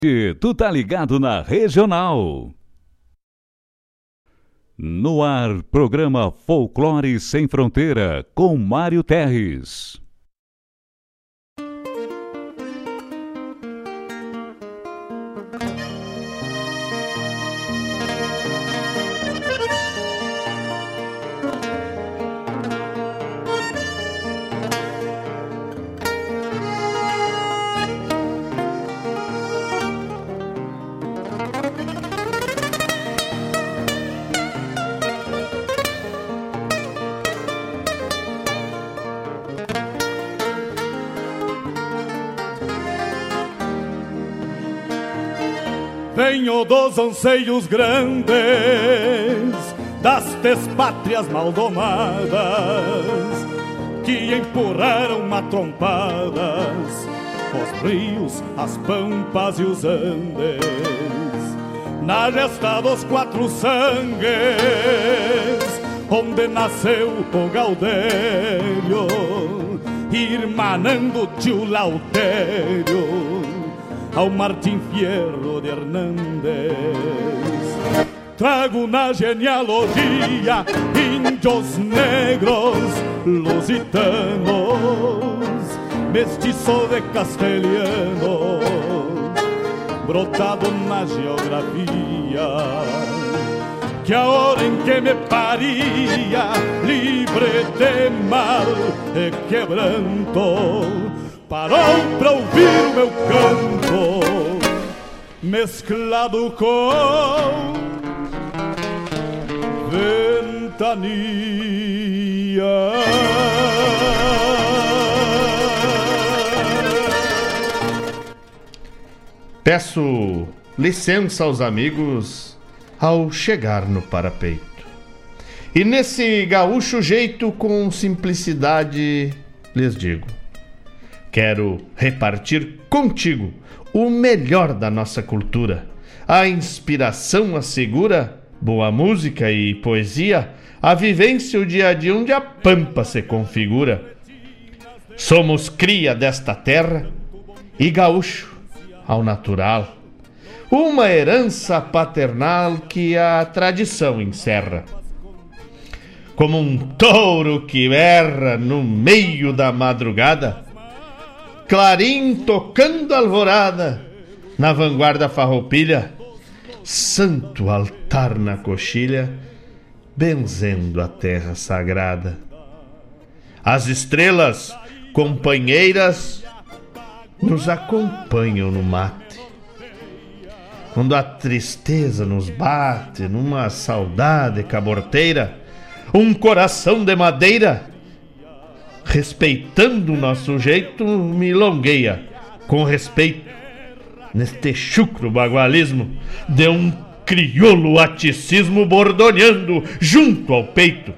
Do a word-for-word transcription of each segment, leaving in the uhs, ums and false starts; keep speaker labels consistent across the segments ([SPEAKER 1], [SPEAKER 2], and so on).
[SPEAKER 1] E tu tá ligado na Regional. No ar, programa Folclore Sem Fronteira, com Mário Terres.
[SPEAKER 2] Venho dos anseios grandes das despátrias maldomadas que empurraram matrompadas os rios, as pampas e os andes, na gesta dos quatro sangues, onde nasceu o Gaudério, irmanando tio Lautério ao Martim Fierro de Hernández. Trago na genealogia índios negros lusitanos, mestiço de castelhano, brotado na geografia, que a hora em que me paria, livre de mal e quebranto, parou pra ouvir o meu canto, mesclado com ventania.
[SPEAKER 3] Peço licença aos amigos ao chegar no parapeito. E nesse gaúcho jeito, com simplicidade, lhes digo: quero repartir contigo o melhor da nossa cultura. A inspiração assegura boa música e poesia, a vivência o dia a dia onde a pampa se configura. Somos cria desta terra e gaúcho ao natural, uma herança paternal que a tradição encerra. Como um touro que berra no meio da madrugada, clarim tocando alvorada, na vanguarda farroupilha, santo altar na coxilha, benzendo a terra sagrada. As estrelas, companheiras, nos acompanham no mate. Quando a tristeza nos bate numa saudade caborteira, um coração de madeira, respeitando o nosso jeito, milongueia com respeito neste chucro bagualismo de um crioulo aticismo bordoneando junto ao peito.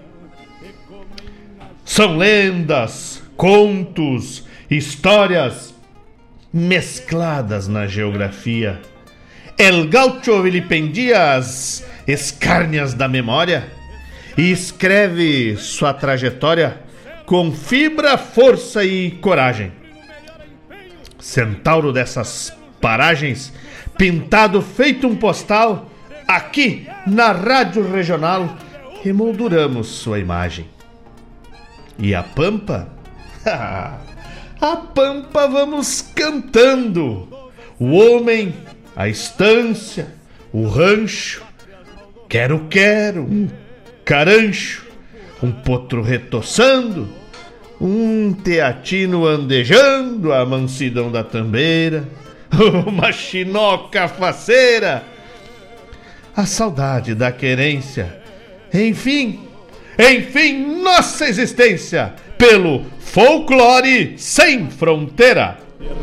[SPEAKER 3] São lendas, contos, histórias mescladas na geografia. El gaucho vilipendia as escárnias da memória e escreve sua trajetória com fibra, força e coragem. Centauro dessas paragens, pintado feito um postal, aqui na Rádio Regional emolduramos sua imagem. E a pampa? A pampa vamos cantando. O homem, a estância, o rancho, quero-quero, um carancho, um potro retoçando, um teatino andejando a mansidão da tambeira, uma chinoca faceira, a saudade da querência, enfim, enfim, nossa existência pelo folclore sem fronteira.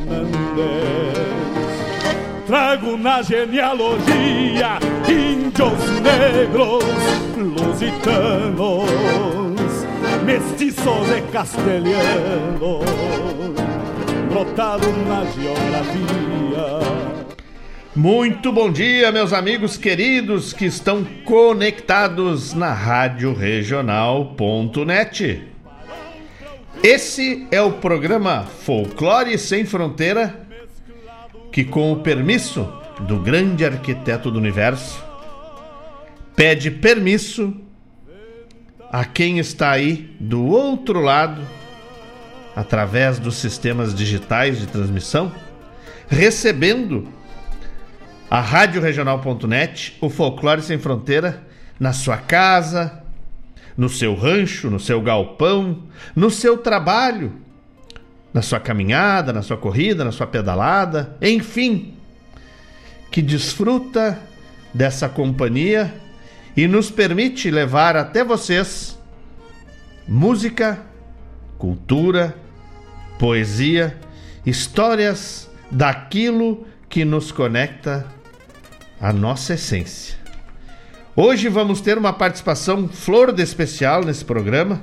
[SPEAKER 2] Trago na genealogia índios negros lusitanos, mestiços de castelhano, brotado na geografia.
[SPEAKER 3] Muito bom dia, meus amigos queridos que estão conectados na rádio regional ponto net. Esse é o programa Folclore Sem Fronteira, que, com o permisso do grande arquiteto do universo, pede permisso a quem está aí do outro lado, através dos sistemas digitais de transmissão, recebendo a rádio regional ponto net, o Folclore Sem Fronteira, na sua casa, no seu rancho, no seu galpão, no seu trabalho, na sua caminhada, na sua corrida, na sua pedalada, enfim, que desfruta dessa companhia e nos permite levar até vocês música, cultura, poesia, histórias daquilo que nos conecta à nossa essência. Hoje vamos ter uma participação flor de especial nesse programa.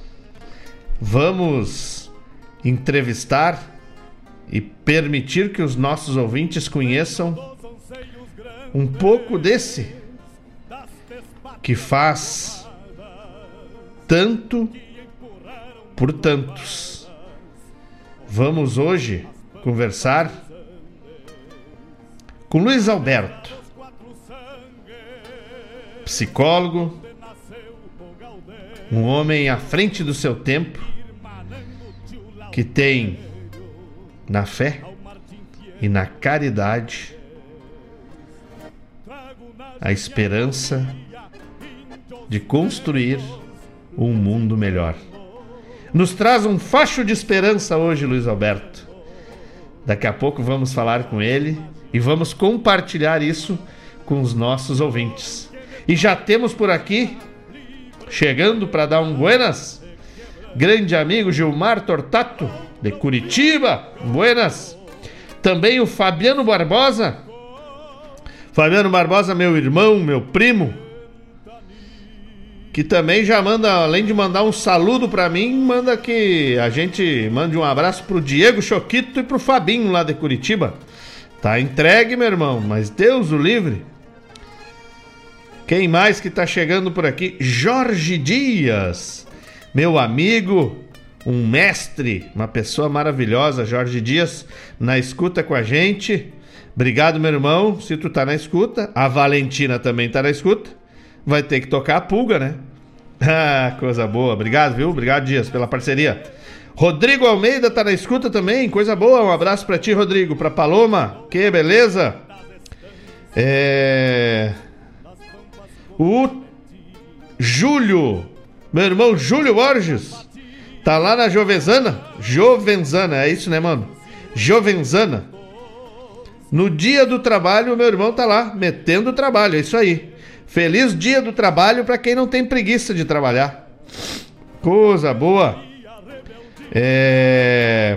[SPEAKER 3] Vamos entrevistar e permitir que os nossos ouvintes conheçam um pouco desse que faz tanto por tantos. Vamos hoje conversar com Luiz Alberto, psicólogo, um homem à frente do seu tempo, que tem na fé e na caridade a esperança de construir um mundo melhor. Nos traz um facho de esperança hoje, Luiz Alberto. Daqui a pouco vamos falar com ele e vamos compartilhar isso com os nossos ouvintes. E já temos por aqui, chegando para dar um buenas, grande amigo Gilmar Tortato, de Curitiba. Buenas. Também o Fabiano Barbosa. Fabiano Barbosa, meu irmão, meu primo, que também já manda, além de mandar um saludo para mim, manda que a gente mande um abraço pro Diego Choquito e pro Fabinho lá de Curitiba. Tá entregue, meu irmão, mas Deus o livre. Quem mais que tá chegando por aqui? Jorge Dias, meu amigo, um mestre, uma pessoa maravilhosa, Jorge Dias, na escuta com a gente. Obrigado, meu irmão, se tu tá na escuta. A Valentina também tá na escuta. Vai ter que tocar a pulga, né? Ah, coisa boa. Obrigado, viu? Obrigado, Dias, pela parceria. Rodrigo Almeida tá na escuta também. Coisa boa. Um abraço pra ti, Rodrigo. Pra Paloma. Que beleza. É... O Júlio, meu irmão Júlio Borges, tá lá na Jovenzana. Jovenzana, é isso, né, mano? Jovenzana. No dia do trabalho, meu irmão tá lá, metendo trabalho. É isso aí. Feliz dia do trabalho para quem não tem preguiça de trabalhar. Coisa boa. É...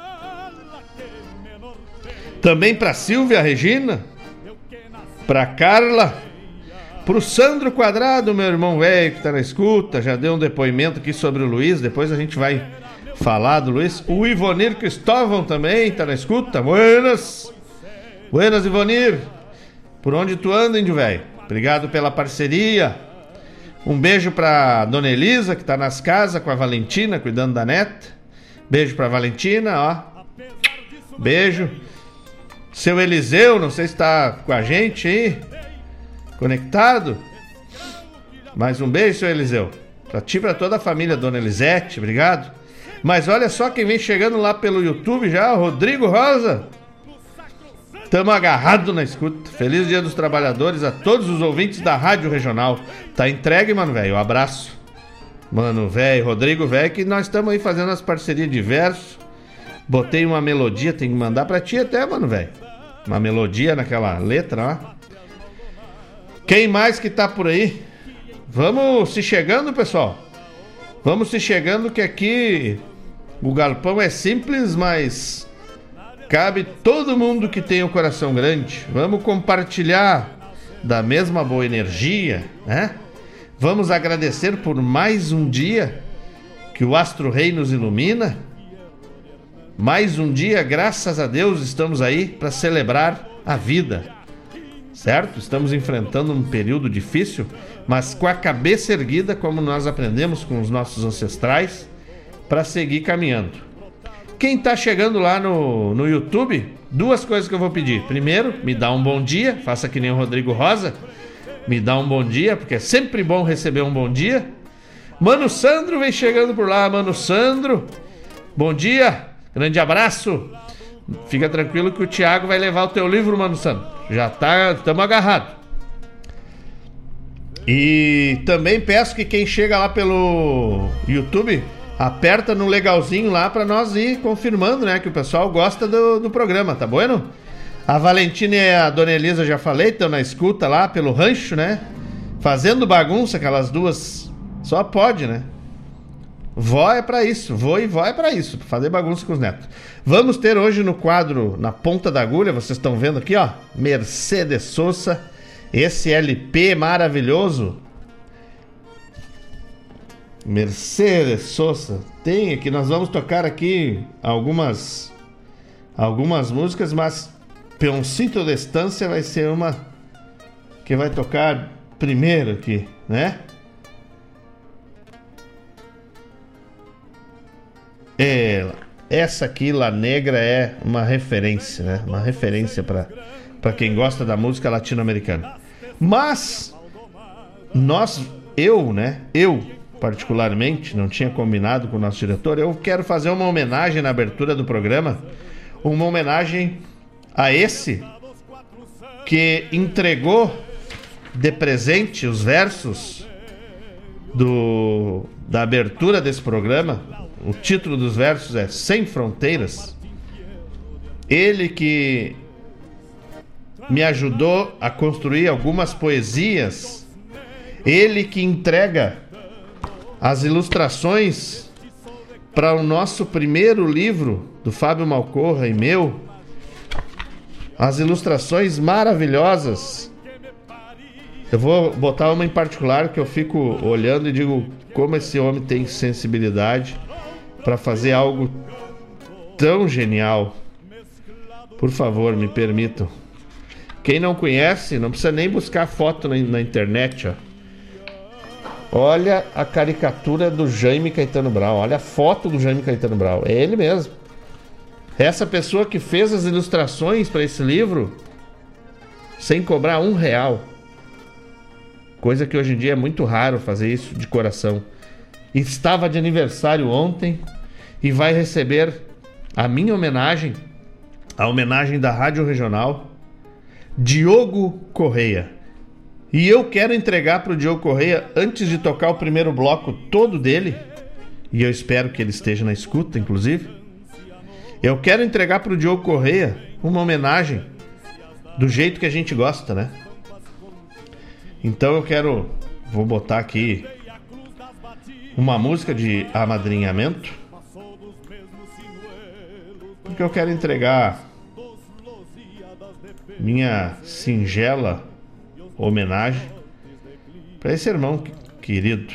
[SPEAKER 3] Também para Silvia Regina, para Carla, pro Sandro Quadrado, meu irmão velho que tá na escuta, já deu um depoimento aqui sobre o Luiz, depois a gente vai falar do Luiz. O Ivonir Cristóvão também tá na escuta. Buenas. Buenas, Ivonir. Por onde tu anda, índio velho? Obrigado pela parceria. Um beijo pra Dona Elisa, que tá nas casas com a Valentina, cuidando da neta. Beijo pra Valentina, ó. Beijo. Seu Eliseu, não sei se tá com a gente aí, conectado. Mais um beijo, seu Eliseu. Pra ti e pra toda a família, Dona Elisete, obrigado. Mas olha só quem vem chegando lá pelo YouTube já, Rodrigo Rosa. Tamo agarrado na escuta. Feliz Dia dos Trabalhadores a todos os ouvintes da Rádio Regional. Tá entregue, mano, velho. Um abraço. Mano, velho, Rodrigo, velho, que nós estamos aí fazendo as parcerias de verso. Botei uma melodia, tem que mandar pra ti até, mano, velho. Uma melodia naquela letra, ó. Quem mais que tá por aí? Vamos se chegando, pessoal. Vamos se chegando que aqui o galpão é simples, mas cabe todo mundo que tem o coração grande. Vamos compartilhar da mesma boa energia, né? Vamos agradecer por mais um dia que o Astro Rei nos ilumina. Mais um dia, graças a Deus, estamos aí para celebrar a vida, certo? Estamos enfrentando um período difícil, mas com a cabeça erguida, como nós aprendemos com os nossos ancestrais, para seguir caminhando. quem tá chegando lá no, no YouTube, duas coisas que eu vou pedir. Primeiro, me dá um bom dia, faça que nem o Rodrigo Rosa, me dá um bom dia, porque é sempre bom receber um bom dia. Mano Sandro vem chegando por lá. Mano Sandro, bom dia, grande abraço. Fica tranquilo que o Thiago vai levar o teu livro, Mano Sandro. Já tá, estamos agarrados. E também peço que quem chega lá pelo YouTube, aperta no legalzinho lá pra nós ir confirmando, né, que o pessoal gosta do, do programa, tá bueno? A Valentina e a Dona Elisa, já falei, estão na escuta lá pelo rancho, né? Fazendo bagunça, aquelas duas. Só pode, né? Vó é pra isso, vô e vó é pra isso, pra fazer bagunça com os netos. Vamos ter hoje no quadro, na ponta da agulha, vocês estão vendo aqui, ó, Mercedes Sosa, esse L P maravilhoso. Mercedes Sosa, tem aqui, nós vamos tocar aqui algumas algumas músicas, mas Peoncito de Estância vai ser uma que vai tocar primeiro aqui, né? É, essa aqui, La Negra, é uma referência, né? Uma referência para para quem gosta da música latino-americana. Mas nós, eu, né? Eu particularmente, não tinha combinado com o nosso diretor, eu quero fazer uma homenagem na abertura do programa, uma homenagem a esse que entregou de presente os versos do, da abertura desse programa. O título dos versos é Sem Fronteiras. Ele que me ajudou a construir algumas poesias, ele que entrega as ilustrações para o nosso primeiro livro do Fábio Malcorra e meu, as ilustrações maravilhosas. Eu vou botar uma em particular que eu fico olhando e digo como esse homem tem sensibilidade para fazer algo tão genial. Por favor, me permitam. Quem não conhece, não precisa nem buscar foto na, na internet, ó. Olha a caricatura do Jaime Caetano Brown. Olha a foto do Jaime Caetano Brown. É ele mesmo. Essa pessoa que fez as ilustrações para esse livro sem cobrar um real. Coisa que hoje em dia é muito raro fazer isso de coração. Estava de aniversário ontem e vai receber a minha homenagem, a homenagem da Rádio Regional, Diogo Correia. E eu quero entregar para o Diogo Correia, antes de tocar o primeiro bloco todo dele, e eu espero que ele esteja na escuta, inclusive, eu quero entregar para o Diogo Correia uma homenagem do jeito que a gente gosta, né? Então eu quero, vou botar aqui uma música de amadrinhamento, porque eu quero entregar minha singela homenagem para esse irmão querido.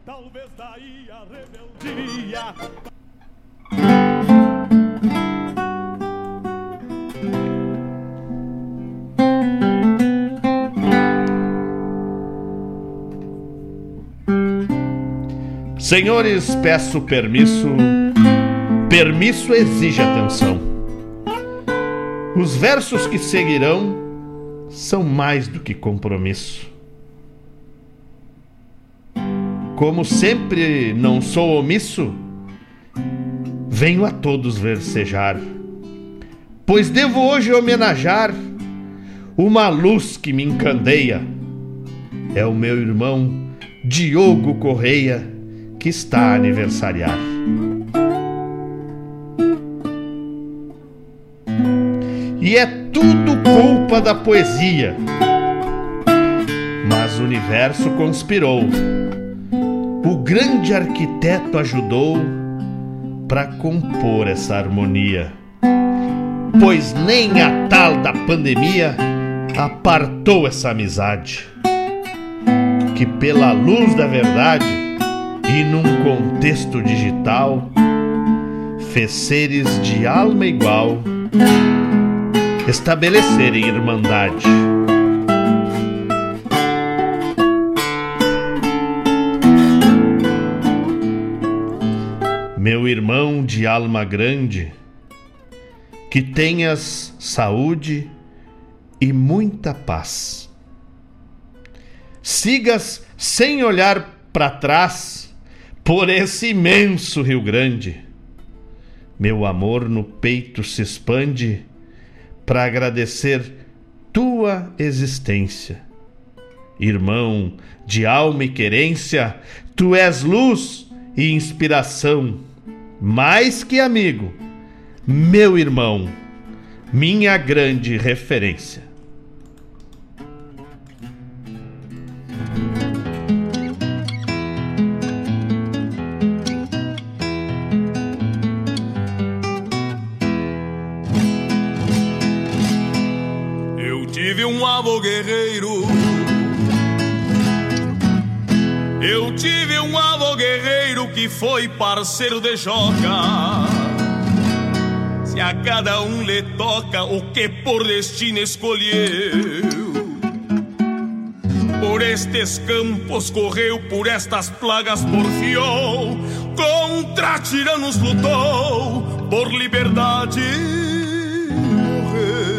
[SPEAKER 3] Senhores, peço permisso. Permisso exige atenção. Os versos que seguirão são mais do que compromisso. Como sempre não sou omisso, venho a todos versejar, pois devo hoje homenagear uma luz que me encandeia. É o meu irmão Diogo Correia, que está a aniversariar. E é tudo culpa da poesia, mas o universo conspirou. O grande arquiteto ajudou para compor essa harmonia, pois nem a tal da pandemia apartou essa amizade, que pela luz da verdade e num contexto digital fez seres de alma igual estabelecerem irmandade. Meu irmão de alma grande, que tenhas saúde e muita paz. Sigas sem olhar para trás por esse imenso Rio Grande. Meu amor no peito se expande para agradecer tua existência. Irmão de alma e querência, tu és luz e inspiração, mais que amigo, meu irmão, minha grande referência.
[SPEAKER 2] Eu tive um avô guerreiro, eu tive um avô guerreiro que foi parceiro de joga. Se a cada um lhe toca o que por destino escolheu, por estes campos correu, por estas plagas porfiou, contra tiranos lutou, por liberdade morreu.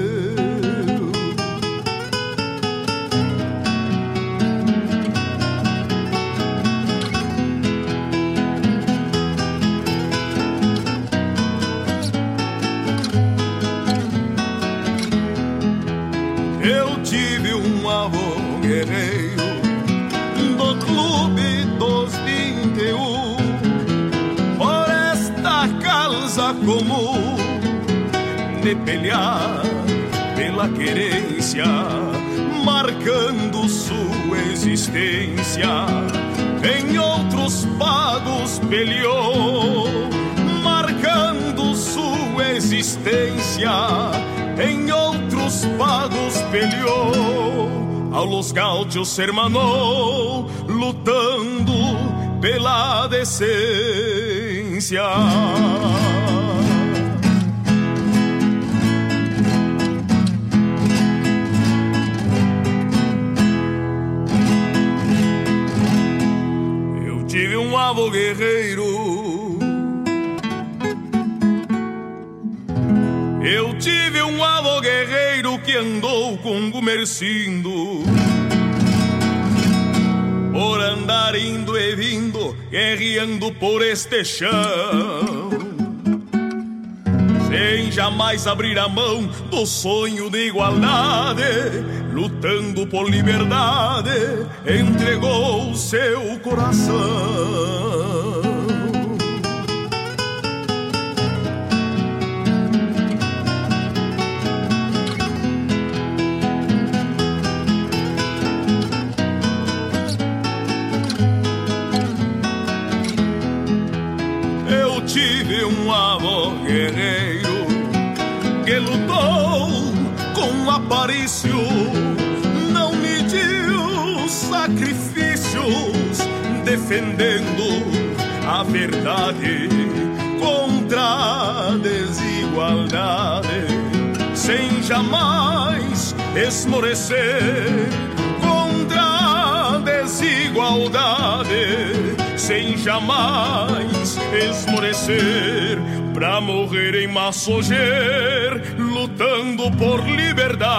[SPEAKER 2] Eu tive um avô guerreiro do clube dos vinte e um, por esta causa comum de pelear pela querência, marcando sua existência. Em outros pagos peleou, marcando sua existência. Em outros pagos peleou, ao los gauchos se hermanou, lutando pela decência. Eu tive um avô guerreiro, eu tive um avô guerreiro que andou com Gumercindo, por andar indo e vindo, guerreando por este chão, sem jamais abrir a mão do sonho de igualdade, lutando por liberdade, entregou seu coração. Tive um avô guerreiro que lutou com Aparício, não mediu sacrifícios, defendendo a verdade contra a desigualdade, sem jamais esmorecer contra a desigualdade, sem jamais esmorecer, pra morrer em Massoger, lutando por liberdade.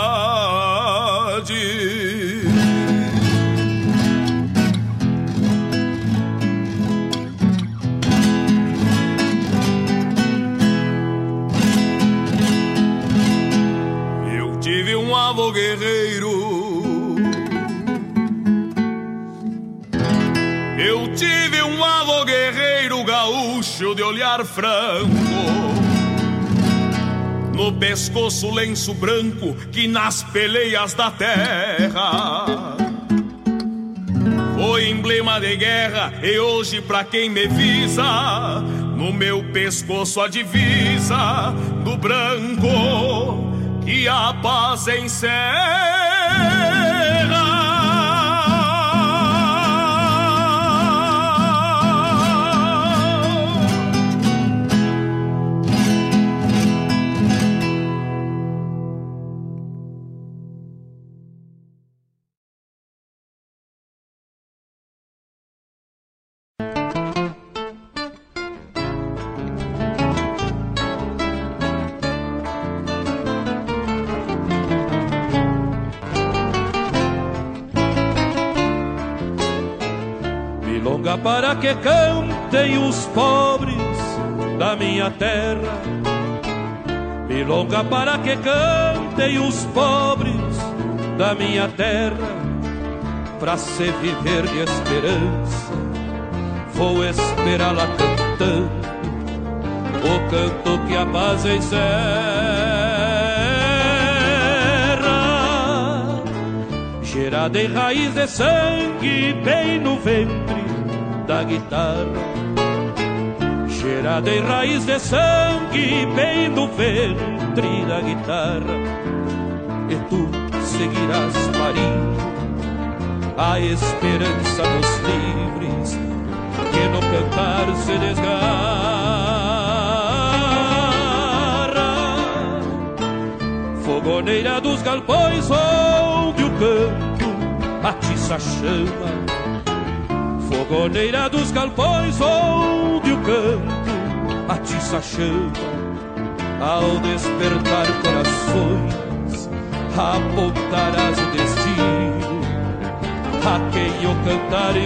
[SPEAKER 2] Eu tive um avô guerreiro, eu tive um avô guerreiro gaúcho de olhar franco, no pescoço lenço branco que nas peleias da terra foi emblema de guerra. E hoje pra quem me visa, no meu pescoço a divisa do branco que a paz encerra.
[SPEAKER 4] Milonga para que cantem os pobres da minha terra. Milonga para que cantem os pobres da minha terra. Pra se viver de esperança, vou esperá-la cantando o canto que a paz encerra. Gerada em raiz de sangue bem no ventre da guitarra. Gerada em raiz de sangue bem no ventre da guitarra. E tu seguirás parindo a esperança dos livres que no cantar se desgarra. Fogoneira dos galpões onde o canto atiça a chama. Fogoneira dos galpões onde o canto atiça a chama. Ao despertar corações apontarás o destino a quem o cantar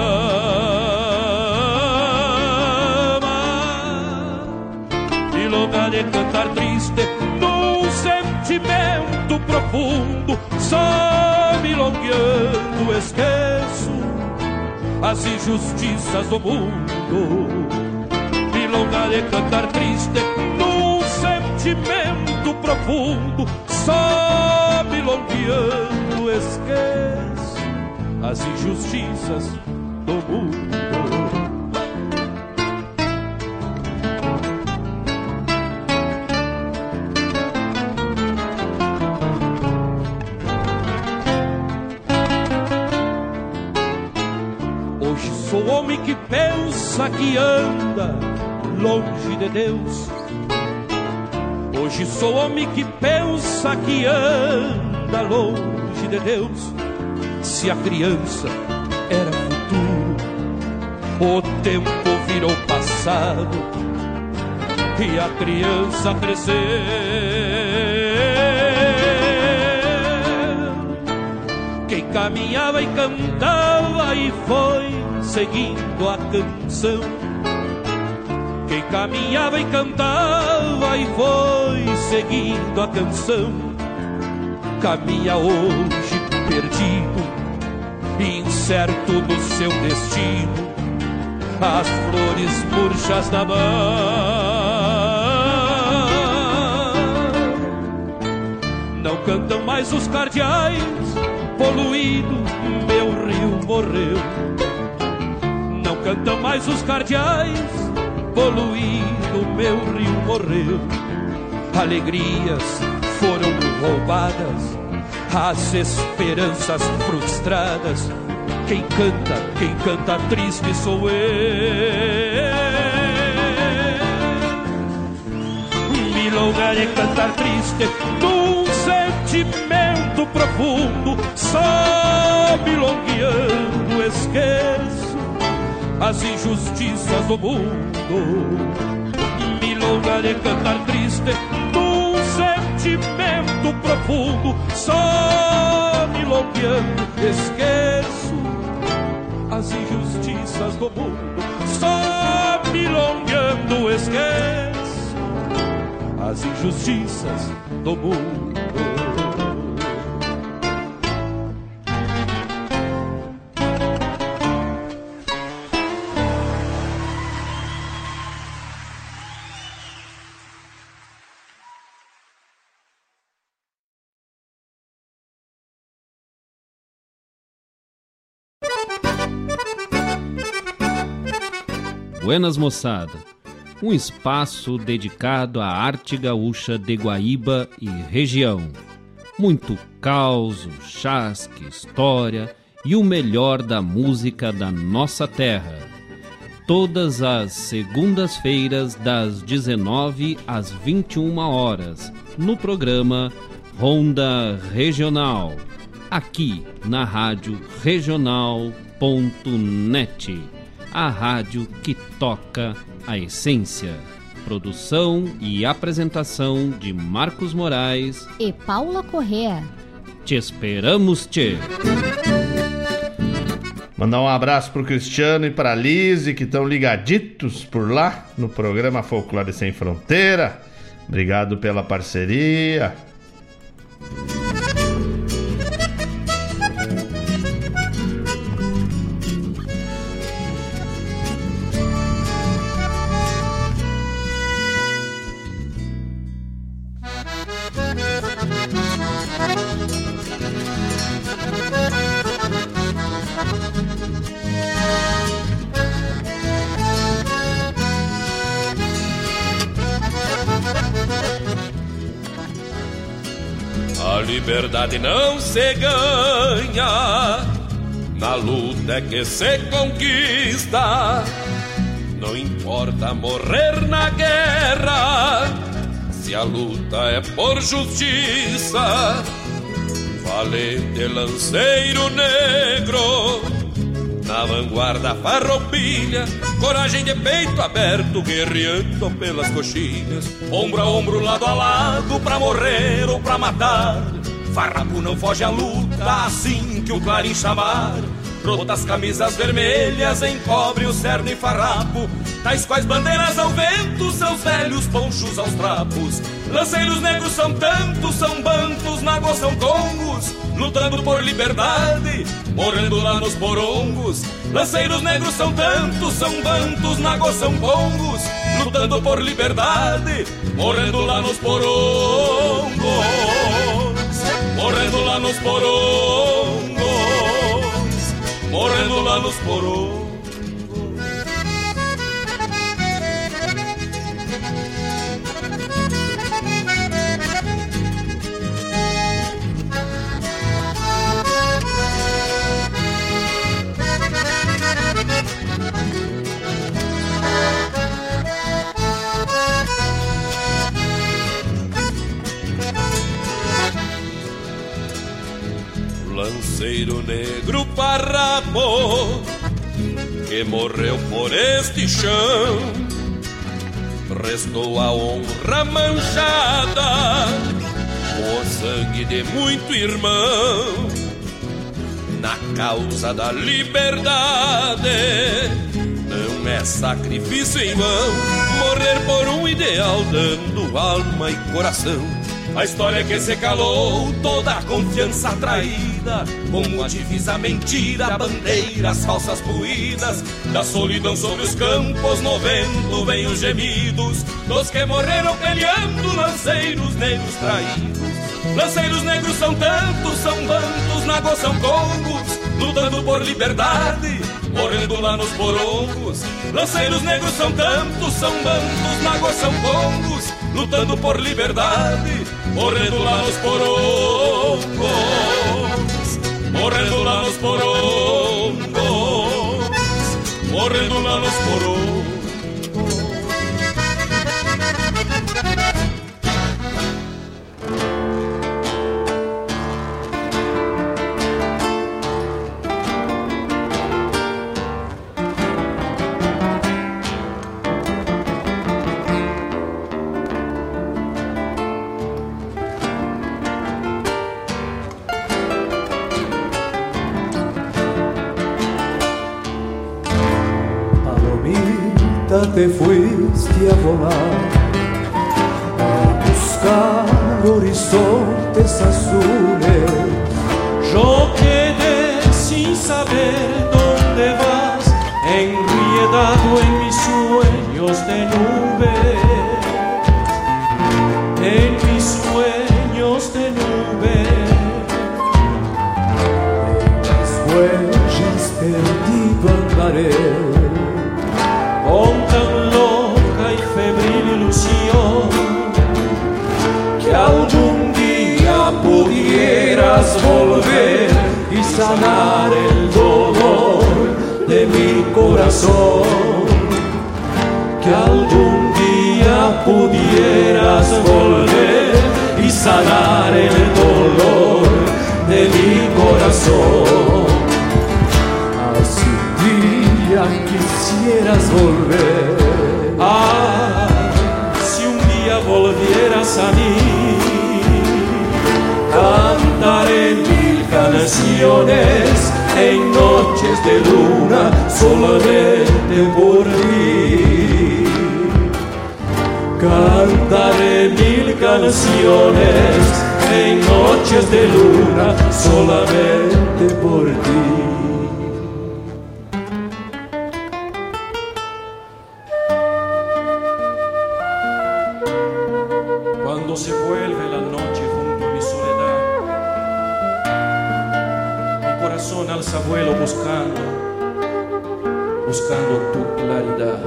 [SPEAKER 4] inflama. Milonga de cantar triste num sentimento profundo, só milongueando esqueço as injustiças do mundo. Milonga de cantar triste num sentimento profundo, só milongueando esqueço as injustiças do mundo. Hoje sou homem que pensa que anda longe de Deus. Hoje sou homem que pensa que anda longe de Deus. Se a criança era futuro, o tempo virou passado e a criança cresceu. Quem caminhava e cantava e foi seguindo a canção. Quem caminhava e cantava e foi seguindo a canção, caminha hoje perdido, incerto no seu destino, as flores murchas na mão. Não cantam mais os cardeais, poluído meu rio morreu. Não cantam mais os cardeais, poluído meu rio morreu. Alegrias foram roubadas, as esperanças frustradas. Quem canta, quem canta triste sou eu. Milonga de cantar triste num sentimento profundo, só milongueando esqueço as injustiças do mundo. Milonga de cantar triste num sentimento profundo, só milongueando esqueço as injustiças do mundo. Só milongueando esqueço as injustiças do mundo.
[SPEAKER 5] Buenas moçada, um espaço dedicado à arte gaúcha de Guaíba e região. Muito causo, chasque, história e o melhor da música da nossa terra. Todas as segundas-feiras das dezenove às vinte e uma horas, no programa Ronda Regional, aqui na rádio regional ponto net. A rádio que toca a essência. Produção e apresentação de Marcos Moraes
[SPEAKER 6] e Paula Correa.
[SPEAKER 5] Te esperamos, tchê!
[SPEAKER 3] Mandar um abraço pro Cristiano e pra Lise, que estão ligaditos por lá no programa Folclore Sem Fronteira. Obrigado pela parceria.
[SPEAKER 4] A liberdade não se ganha, na luta é que se conquista. Não importa morrer na guerra, se a luta é por justiça. Valente lanceiro negro, na vanguarda farroupilha, coragem de peito aberto, guerreando pelas coxilhas, ombro a ombro, lado a lado, pra morrer ou pra matar. Farrapo não foge à luta, assim que o clarim chamar. Rotas camisas vermelhas encobre o cerne e farrapo, tais quais bandeiras ao vento, seus velhos ponchos aos trapos. Lanceiros negros são tantos, são bantos, nagos são congos, lutando por liberdade, morrendo lá nos porongos. Lanceiros negros são tantos, são bantos, nagos são congos, lutando por liberdade, morrendo lá nos porongos. Morrendo lá nos porongos, morrendo lá nos porongos. Lanceiro negro farrapo, que morreu por este chão, restou a honra manchada com o sangue de muito irmão. Na causa da liberdade não é sacrifício em vão, morrer por um ideal dando alma e coração. A história que se calou, toda a confiança traída, como a divisa mentira, bandeiras falsas puídas, da solidão sobre os campos, no vento vem os gemidos dos que morreram peleando, lanceiros negros traídos. Lanceiros negros são tantos, são bantos, nagos são congos, lutando por liberdade, morrendo lá nos porongos. Lanceiros negros são tantos, são bantos, nagos são congos, lutando por liberdade, morrendo lá nos porongos. Morrendo lá nos porongos, morrendo lá nos porongos.
[SPEAKER 6] Te fuiste a volar a buscar horizontes azules.
[SPEAKER 7] Yo quedé sin saber dónde vas, enredado en mis sueños de nube, en mis sueños de nube.
[SPEAKER 6] En las huellas perdido andaré,
[SPEAKER 7] con tan loca y febril ilusión,
[SPEAKER 6] que algún día pudieras volver y sanar el dolor de mi corazón. Que algún día pudieras volver y sanar el dolor de mi corazón. Así un día quisieras volver.
[SPEAKER 7] Ah, si un día volvieras a mí,
[SPEAKER 6] cantaré mil canciones en noches de
[SPEAKER 7] luna, solamente por ti. Cantaré mil canciones en noches de luna, solamente por ti. Cuando se vuelve la noche junto a mi soledad, mi corazón alza vuelo buscando, buscando tu claridad.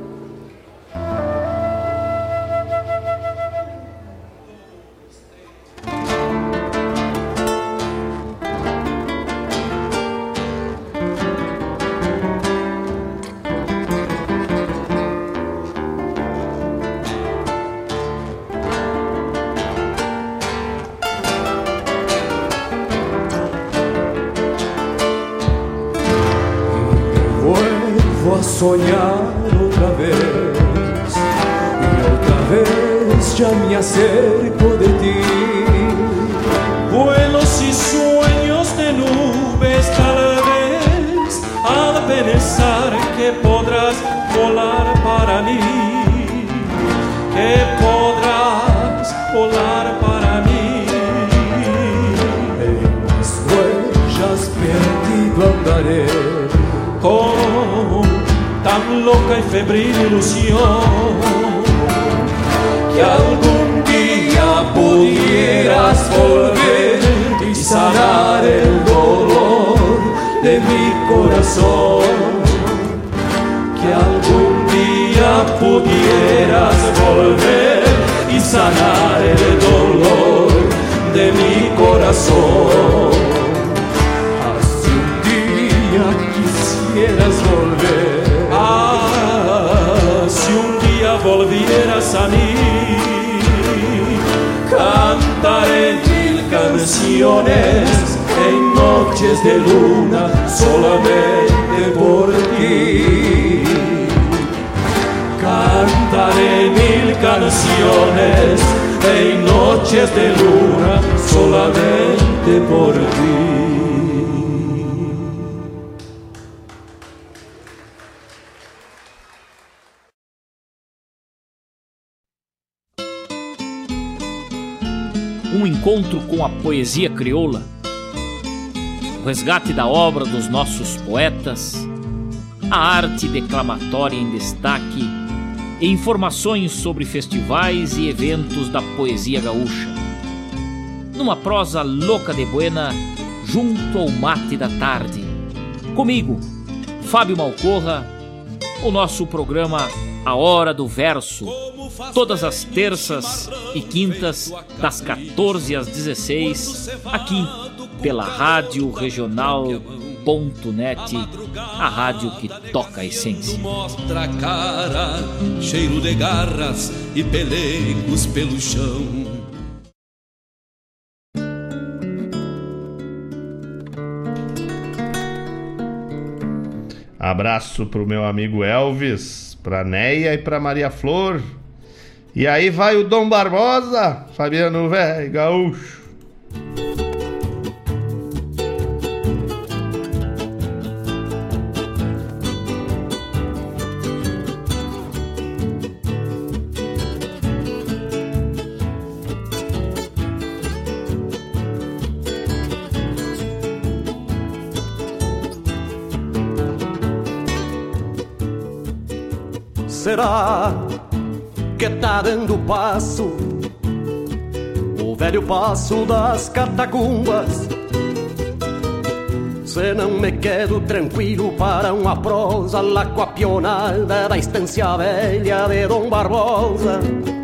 [SPEAKER 7] Soñar otra vez y otra vez ya me acerco de ti. Vuelos y sueños de nubes tal vez al pensar que podrás volar para mí, que podrás volar para mí. En las huellas perdido andaré con tan loca y febril ilusión, que algún día pudieras volver y sanar el dolor de mi corazón, que algún día pudieras volver y sanar el dolor de mi corazón. Así un día quisieras volver, si un día volvieras a mí, cantaré mil canciones en noches de luna, solamente por ti. Cantaré mil canciones en noches de luna, solamente por ti.
[SPEAKER 8] Um encontro com a poesia crioula, o resgate da obra dos nossos poetas, a arte declamatória em destaque e informações sobre festivais e eventos da poesia gaúcha. Numa prosa louca de buena, junto ao mate da tarde. Comigo, Fábio Malcorra, o nosso programa A Hora do Verso, todas as terças e quintas, das quatorze às dezesseis, aqui pela Rádio Regional ponto net, a rádio que toca a essência.
[SPEAKER 6] Mostra a cara, cheiro de garras e pelegos pelo chão.
[SPEAKER 3] Abraço pro meu amigo Elvis, pra Neia e pra Maria Flor. E aí vai o Dom Barbosa, Fabiano Velho Gaúcho.
[SPEAKER 9] Será que tá dando passo, o velho passo das catacumbas? Se não me quedo tranquilo para uma prosa lá com a pionada da estância velha de Dom Barbosa.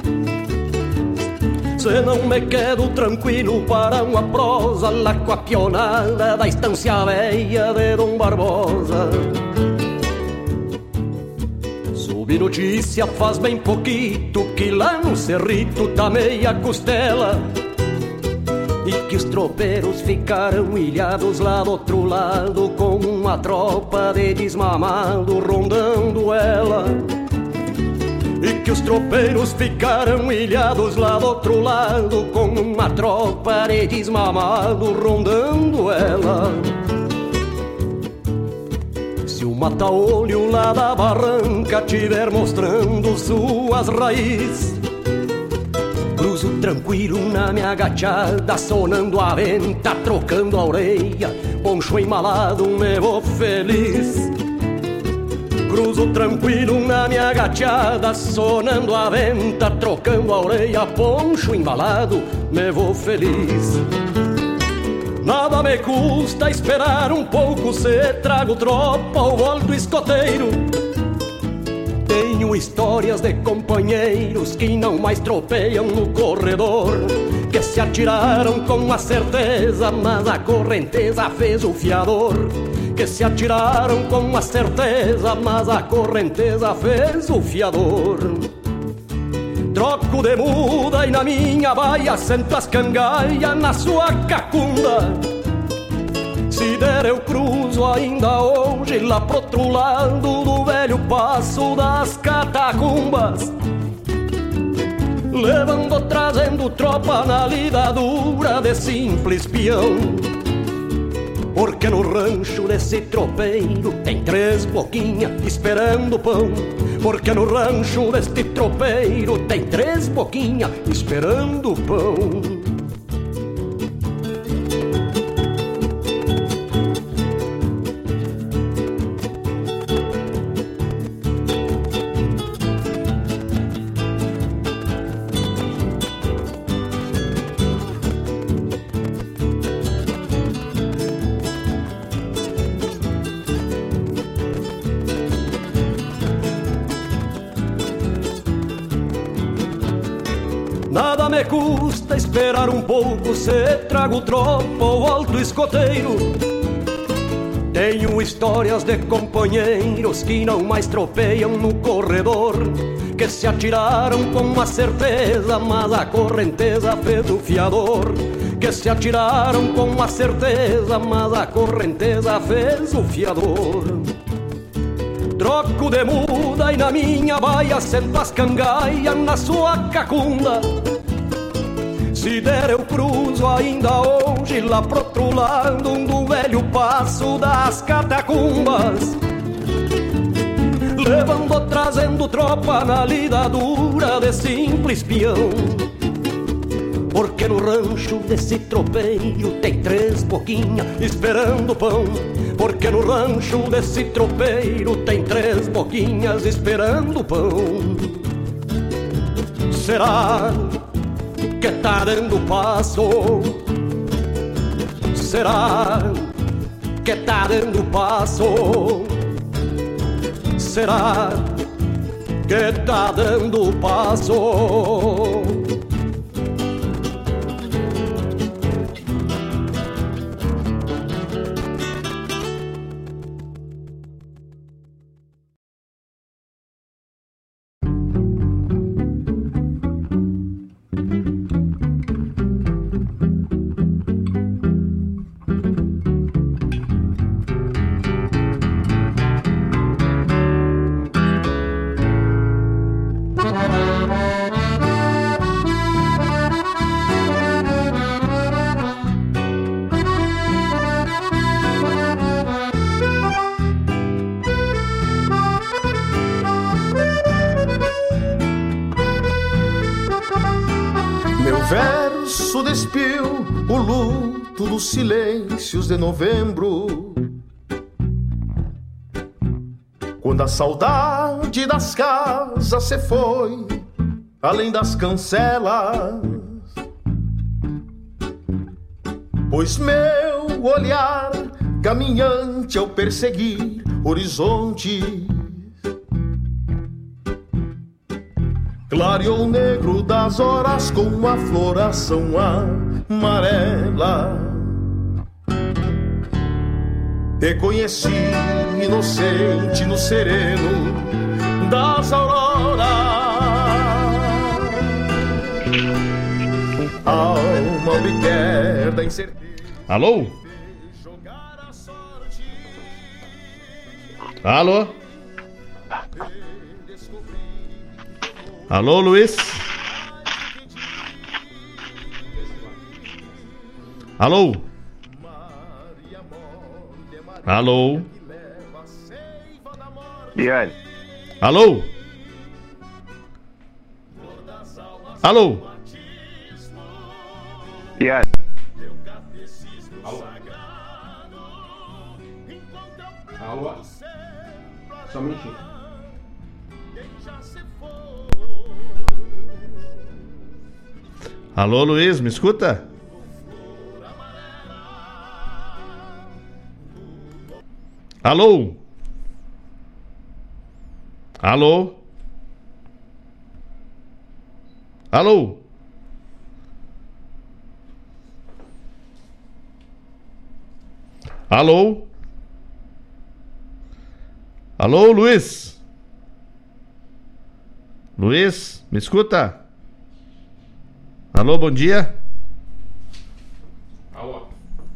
[SPEAKER 9] Se não me quedo tranquilo para uma prosa lá com a pionada da estância velha de Dom Barbosa. Soube notícia faz bem pouquito que lá no cerrito tá meia costela e que os tropeiros ficaram ilhados lá do outro lado com uma tropa de desmamado rondando ela. E que os tropeiros ficaram ilhados lá do outro lado com uma tropa de desmamado rondando ela. mata-olho lá da barranca tiver mostrando suas raízes. Cruzo tranquilo na minha agachada, sonando a venta, trocando a orelha, poncho embalado, me vou feliz. Cruzo tranquilo na minha agachada, sonando a venta, trocando a orelha, poncho embalado, me vou feliz. Nada me custa esperar um pouco, se trago tropa ou volto escoteiro. Tenho histórias de companheiros que não mais tropeiam no corredor, que se atiraram com a certeza, mas a correnteza fez o fiador. Que se atiraram com a certeza, mas a correnteza fez o fiador. Troco de muda e na minha baia sento as cangaias na sua cacunda. Se der eu cruzo ainda hoje lá pro outro lado do velho passo das catacumbas, levando, trazendo tropa na lida dura de simples peão. Porque no rancho desse tropeiro tem três boquinhas esperando pão. Porque no rancho deste tropeiro tem três boquinhas esperando pão. Nada me custa esperar um pouco, se trago tropa ou volto escoteiro. Tenho histórias de companheiros que não mais tropeiam no corredor, que se atiraram com a certeza, mas a correnteza fez o fiador. Que se atiraram com a certeza, mas a correnteza fez o fiador. Troco de muda e na minha baia sento as cangaias na sua cacunda. Se der eu cruzo ainda hoje lá pro outro lado do velho passo das catacumbas, levando, trazendo tropa na lida dura de simples peão. Porque no rancho desse tropeiro tem três boquinhas esperando pão. Porque no rancho desse tropeiro tem três boquinhas esperando pão. Será que tá dando passo? Será que tá dando passo? Será que tá dando passo?
[SPEAKER 10] Dos silêncios de novembro, quando a saudade das casas se foi além das cancelas, pois meu olhar caminhante ao perseguir horizontes clareou o negro das horas com uma floração amarela. Reconheci inocente no sereno das auroras, alma obquer da incerteza.
[SPEAKER 3] Alô? Alô? Alô, Luiz? Alô? Alô?
[SPEAKER 11] E aí?
[SPEAKER 3] Alô? Alô?
[SPEAKER 11] E aí?
[SPEAKER 12] Alô? Só um minutinho.
[SPEAKER 3] Alô, Luiz, me escuta? Alô? Alô? Alô? Alô? Alô, Luiz? Luiz, me escuta? Alô, bom dia?
[SPEAKER 12] Alô?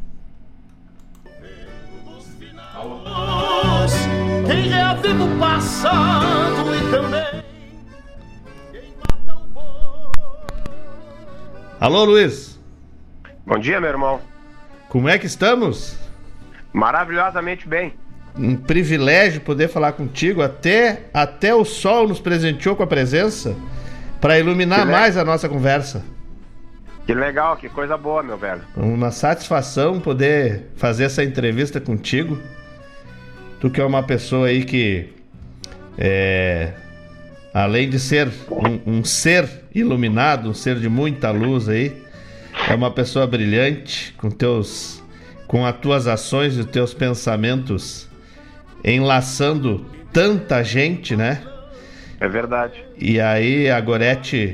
[SPEAKER 12] Alô?
[SPEAKER 10] Quem revive o passado e também
[SPEAKER 3] Alô, Luiz?
[SPEAKER 11] Bom dia, meu irmão.
[SPEAKER 3] Como é que estamos?
[SPEAKER 11] Maravilhosamente bem.
[SPEAKER 3] Um privilégio poder falar contigo. Até, até o sol nos presenteou com a presença para iluminar mais a nossa conversa.
[SPEAKER 11] Que legal, que coisa boa, meu velho.
[SPEAKER 3] Uma satisfação poder fazer essa entrevista contigo. Tu que é uma pessoa aí que, é, além de ser um, um ser iluminado, um ser de muita luz aí, é uma pessoa brilhante, com teus, com as tuas ações e os teus pensamentos enlaçando tanta gente, né?
[SPEAKER 11] É verdade.
[SPEAKER 3] E aí a Gorete,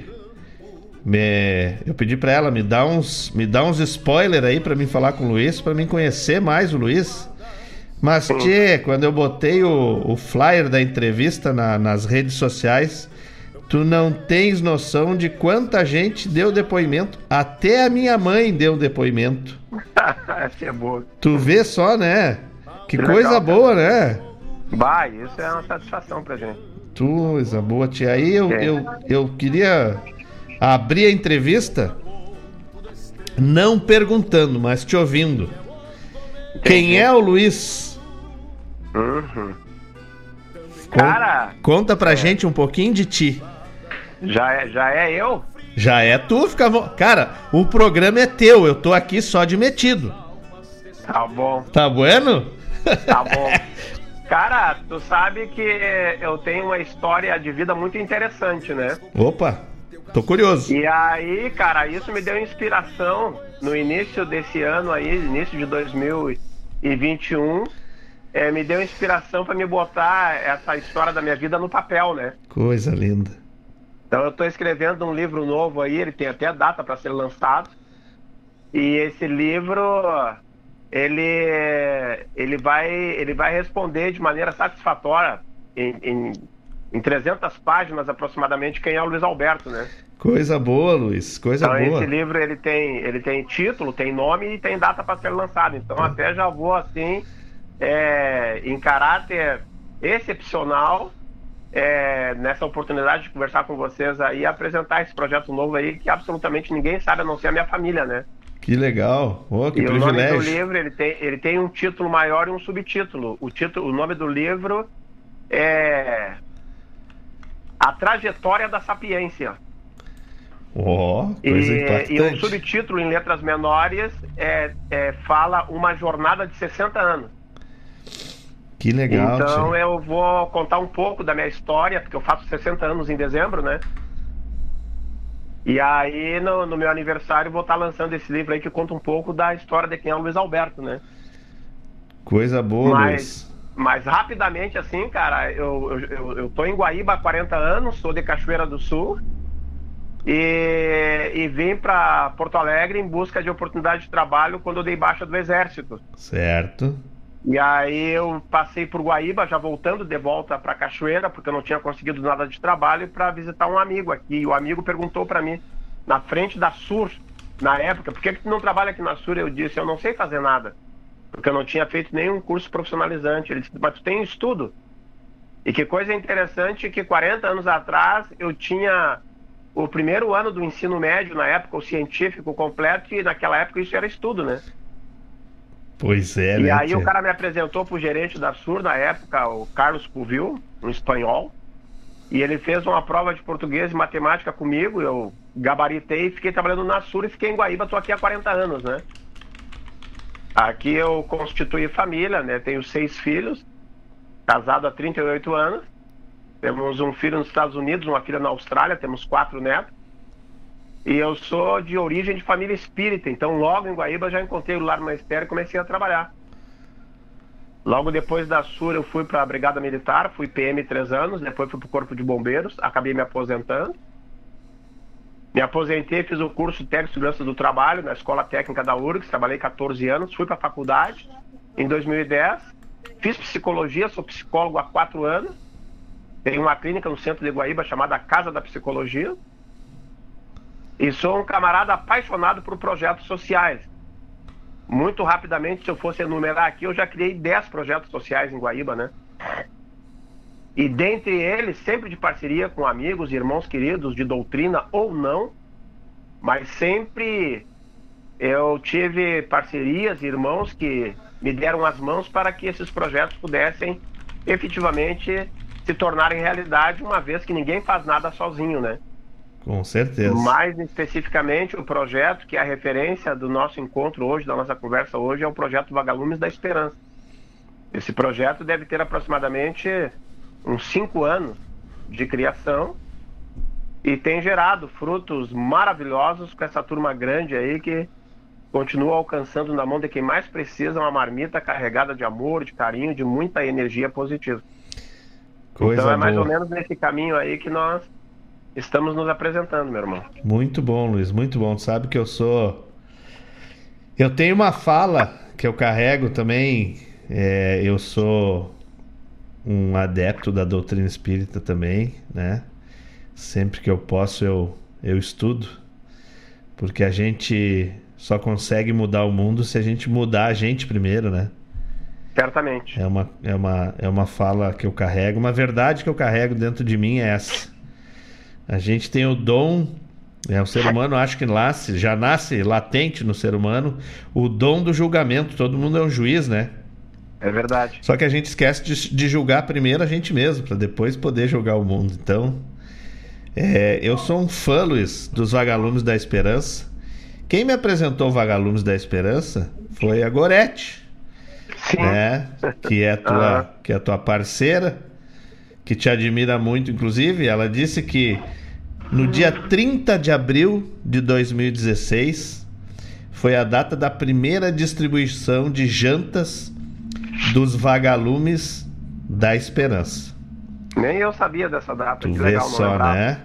[SPEAKER 3] me, eu pedi pra ela, me dá uns, me dá uns spoiler aí pra mim falar com o Luiz, pra mim conhecer mais o Luiz. Mas, tchê, quando eu botei o, o flyer da entrevista na, nas redes sociais, tu não tens noção de quanta gente deu depoimento. Até a minha mãe deu depoimento.
[SPEAKER 11] Essa é boa.
[SPEAKER 3] Tu vê só, né? Que, que coisa legal, boa, né?
[SPEAKER 11] Bah, isso é uma satisfação pra gente.
[SPEAKER 3] Coisa boa, tia. Aí eu, é. eu, eu queria abrir a entrevista não perguntando, mas te ouvindo. Entendi. Quem é o Luiz?
[SPEAKER 11] Uhum.
[SPEAKER 3] Cara... Conta pra é. gente um pouquinho de ti.
[SPEAKER 11] Já é, já é eu?
[SPEAKER 3] Já é tu, fica... Cara, o programa é teu, eu tô aqui só de metido.
[SPEAKER 11] Tá bom.
[SPEAKER 3] Tá bueno?
[SPEAKER 11] Tá bom. Cara, tu sabe que eu tenho uma história de vida muito interessante, né?
[SPEAKER 3] Opa, tô curioso.
[SPEAKER 11] E aí, cara, isso me deu inspiração no início desse ano aí, início de dois mil e vinte e um, é, me deu inspiração pra me botar essa história da minha vida no papel, né?
[SPEAKER 3] Coisa linda.
[SPEAKER 11] Então eu tô escrevendo um livro novo aí, ele tem até data para ser lançado. E esse livro... Ele, ele, vai, ele vai responder de maneira satisfatória em, em, em trezentas páginas aproximadamente quem é o Luiz Alberto, né?
[SPEAKER 3] Coisa boa, Luiz, coisa
[SPEAKER 11] então,
[SPEAKER 3] boa.
[SPEAKER 11] Esse livro ele tem, ele tem título, tem nome e tem data para ser lançado. Então é. até já vou assim, é, em caráter excepcional, é, nessa oportunidade de conversar com vocês aí e apresentar esse projeto novo aí que absolutamente ninguém sabe a não ser a minha família, né?
[SPEAKER 3] Que legal, oh, que
[SPEAKER 11] e
[SPEAKER 3] privilégio.
[SPEAKER 11] O nome do livro, ele tem, ele tem um título maior e um subtítulo. O, título, o nome do livro é A Trajetória da Sapiência.
[SPEAKER 3] Oh, coisa
[SPEAKER 11] e,
[SPEAKER 3] impactante.
[SPEAKER 11] E o subtítulo, em letras menores, é, é, fala Uma Jornada de sessenta anos.
[SPEAKER 3] Que legal.
[SPEAKER 11] Então
[SPEAKER 3] tia.
[SPEAKER 11] eu vou contar um pouco da minha história, porque eu faço sessenta anos em dezembro, né? E aí, no, no meu aniversário, vou estar lançando esse livro aí que conta um pouco da história de quem é o Luiz Alberto, né?
[SPEAKER 3] Coisa boa,
[SPEAKER 11] mas,
[SPEAKER 3] Luiz.
[SPEAKER 11] Mas rapidamente, assim, cara, eu, eu, eu tô em Guaíba há quarenta anos, sou de Cachoeira do Sul e, e vim para Porto Alegre em busca de oportunidade de trabalho quando eu dei baixa do Exército.
[SPEAKER 3] Certo.
[SPEAKER 11] E aí eu passei por Guaíba, já voltando de volta para Cachoeira, porque eu não tinha conseguido nada de trabalho, para visitar um amigo aqui. E o amigo perguntou para mim, na frente da Sur, na época, por que que tu não trabalha aqui na Sur? Eu disse, eu não sei fazer nada, porque eu não tinha feito nenhum curso profissionalizante. Ele disse, mas tu tem estudo. E que coisa interessante que quarenta anos atrás eu tinha o primeiro ano do ensino médio, na época, o científico completo, e naquela época isso era estudo, né?
[SPEAKER 3] Pois é,
[SPEAKER 11] E
[SPEAKER 3] né,
[SPEAKER 11] aí
[SPEAKER 3] tia?
[SPEAKER 11] o cara me apresentou pro gerente da Sur na época, o Carlos Puvil, um espanhol. E ele fez uma prova de português e matemática comigo, eu gabaritei, fiquei trabalhando na Sur e fiquei em Guaíba, tô aqui há quarenta anos, né? Aqui eu constituí família, né? Tenho seis filhos, casado há trinta e oito anos. Temos um filho nos Estados Unidos, uma filha na Austrália, temos quatro netos. E eu sou de origem de família espírita, então logo em Guaíba já encontrei o lar magistério e comecei a trabalhar. Logo depois da Sur eu fui para a Brigada Militar, fui P M três anos, depois fui para o Corpo de Bombeiros, acabei me aposentando. Me aposentei, fiz o curso técnico de segurança do trabalho na Escola Técnica da U R G S, trabalhei quatorze anos, fui para a faculdade em dois mil e dez, fiz psicologia, sou psicólogo há quatro anos, tenho uma clínica no centro de Guaíba chamada Casa da Psicologia e sou um camarada apaixonado por projetos sociais. Muito rapidamente, se eu fosse enumerar aqui, eu já criei dez projetos sociais em Guaíba, né? E dentre eles, sempre de parceria com amigos, irmãos queridos, de doutrina ou não, mas sempre eu tive parcerias, irmãos que me deram as mãos para que esses projetos pudessem efetivamente se tornarem realidade, uma vez que ninguém faz nada sozinho, né?
[SPEAKER 3] Com certeza.
[SPEAKER 11] Mais especificamente, o projeto que é a referência do nosso encontro hoje, da nossa conversa hoje, é o projeto Vagalumes da Esperança. Esse projeto deve ter aproximadamente uns cinco anos de criação e tem gerado frutos maravilhosos com essa turma grande aí que continua alcançando na mão de quem mais precisa uma marmita carregada de amor, de carinho, de muita energia positiva.
[SPEAKER 3] Coisa
[SPEAKER 11] então é mais
[SPEAKER 3] boa.
[SPEAKER 11] ou menos nesse caminho aí que nós estamos nos apresentando, meu irmão.
[SPEAKER 3] Muito bom, Luiz, muito bom. Tu sabe que eu sou... Eu tenho uma fala que eu carrego também. É, eu sou um adepto da doutrina espírita também, né? Sempre que eu posso eu, eu estudo. Porque a gente só consegue mudar o mundo se a gente mudar a gente primeiro, né?
[SPEAKER 11] Certamente.
[SPEAKER 3] É uma, é uma, é uma fala que eu carrego. Uma verdade que eu carrego dentro de mim é essa. A gente tem o dom, é, o ser humano acho que nasce, já nasce latente no ser humano, o dom do julgamento. Todo mundo é um juiz, né?
[SPEAKER 11] É verdade.
[SPEAKER 3] Só que a gente esquece de, de julgar primeiro a gente mesmo, para depois poder julgar o mundo. Então, é, eu sou um fã, Luiz, dos Vagalumes da Esperança. Quem me apresentou o Vagalumes da Esperança foi a Gorete,
[SPEAKER 11] Sim.
[SPEAKER 3] né? Que é tua,
[SPEAKER 11] Ah.
[SPEAKER 3] que é tua parceira, que te admira muito, inclusive. Ela disse que no dia trinta de abril de dois mil e dezesseis foi a data da primeira distribuição de jantas dos Vagalumes da Esperança.
[SPEAKER 11] Nem eu sabia dessa data.
[SPEAKER 3] Tu
[SPEAKER 11] que
[SPEAKER 3] vê
[SPEAKER 11] legal, não
[SPEAKER 3] só,
[SPEAKER 11] lembrava.
[SPEAKER 3] né?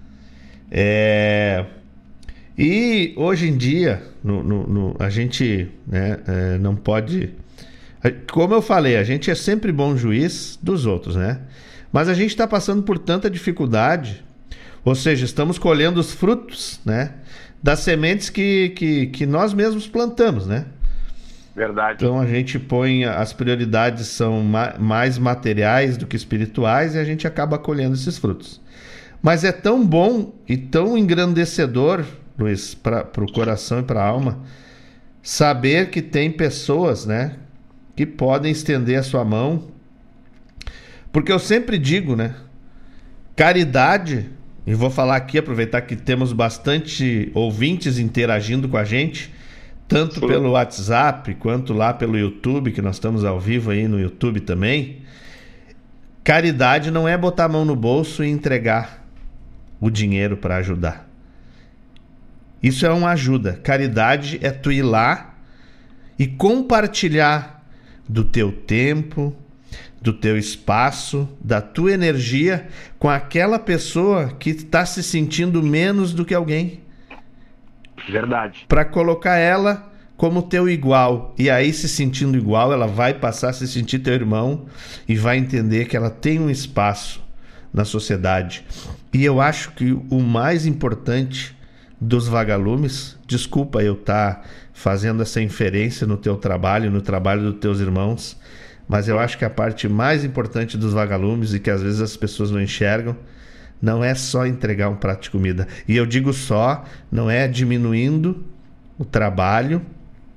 [SPEAKER 3] É... E hoje em dia, no, no, no- a gente, né, é, não pode... Como eu falei, a gente é sempre bom juiz dos outros, né? Mas a gente está passando por tanta dificuldade, ou seja, estamos colhendo os frutos, né, das sementes que, que, que nós mesmos plantamos, né?
[SPEAKER 11] Verdade.
[SPEAKER 3] Então a gente põe, as prioridades são ma- mais materiais do que espirituais e a gente acaba colhendo esses frutos. Mas é tão bom e tão engrandecedor, Luiz, para o coração e para a alma, saber que tem pessoas, né, que podem estender a sua mão. Porque eu sempre digo, né, caridade, e vou falar aqui, aproveitar que temos bastante ouvintes interagindo com a gente, tanto pelo WhatsApp quanto lá pelo YouTube, que nós estamos ao vivo aí no YouTube também. Caridade não é botar a mão no bolso e entregar o dinheiro para ajudar. Isso é uma ajuda. Caridade é tu ir lá e compartilhar do teu tempo, do teu espaço, da tua energia com aquela pessoa que está se sentindo menos do que alguém.
[SPEAKER 11] Verdade.
[SPEAKER 3] Para colocar ela como teu igual. E aí, se sentindo igual, ela vai passar a se sentir teu irmão e vai entender que ela tem um espaço na sociedade. E eu acho que o mais importante dos vagalumes, desculpa eu estar fazendo essa inferência no teu trabalho, no trabalho dos teus irmãos, mas eu acho que a parte mais importante dos vagalumes, e que às vezes as pessoas não enxergam, não é só entregar um prato de comida. E eu digo só, não é diminuindo o trabalho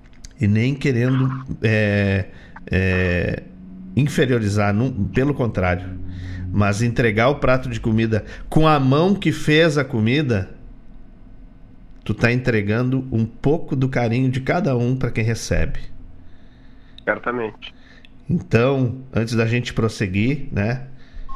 [SPEAKER 3] e nem querendo é, é, inferiorizar, não, pelo contrário. Mas entregar o prato de comida com a mão que fez a comida, tu tá entregando um pouco do carinho de cada um para quem recebe.
[SPEAKER 11] Certamente.
[SPEAKER 3] Então, antes da gente prosseguir, né?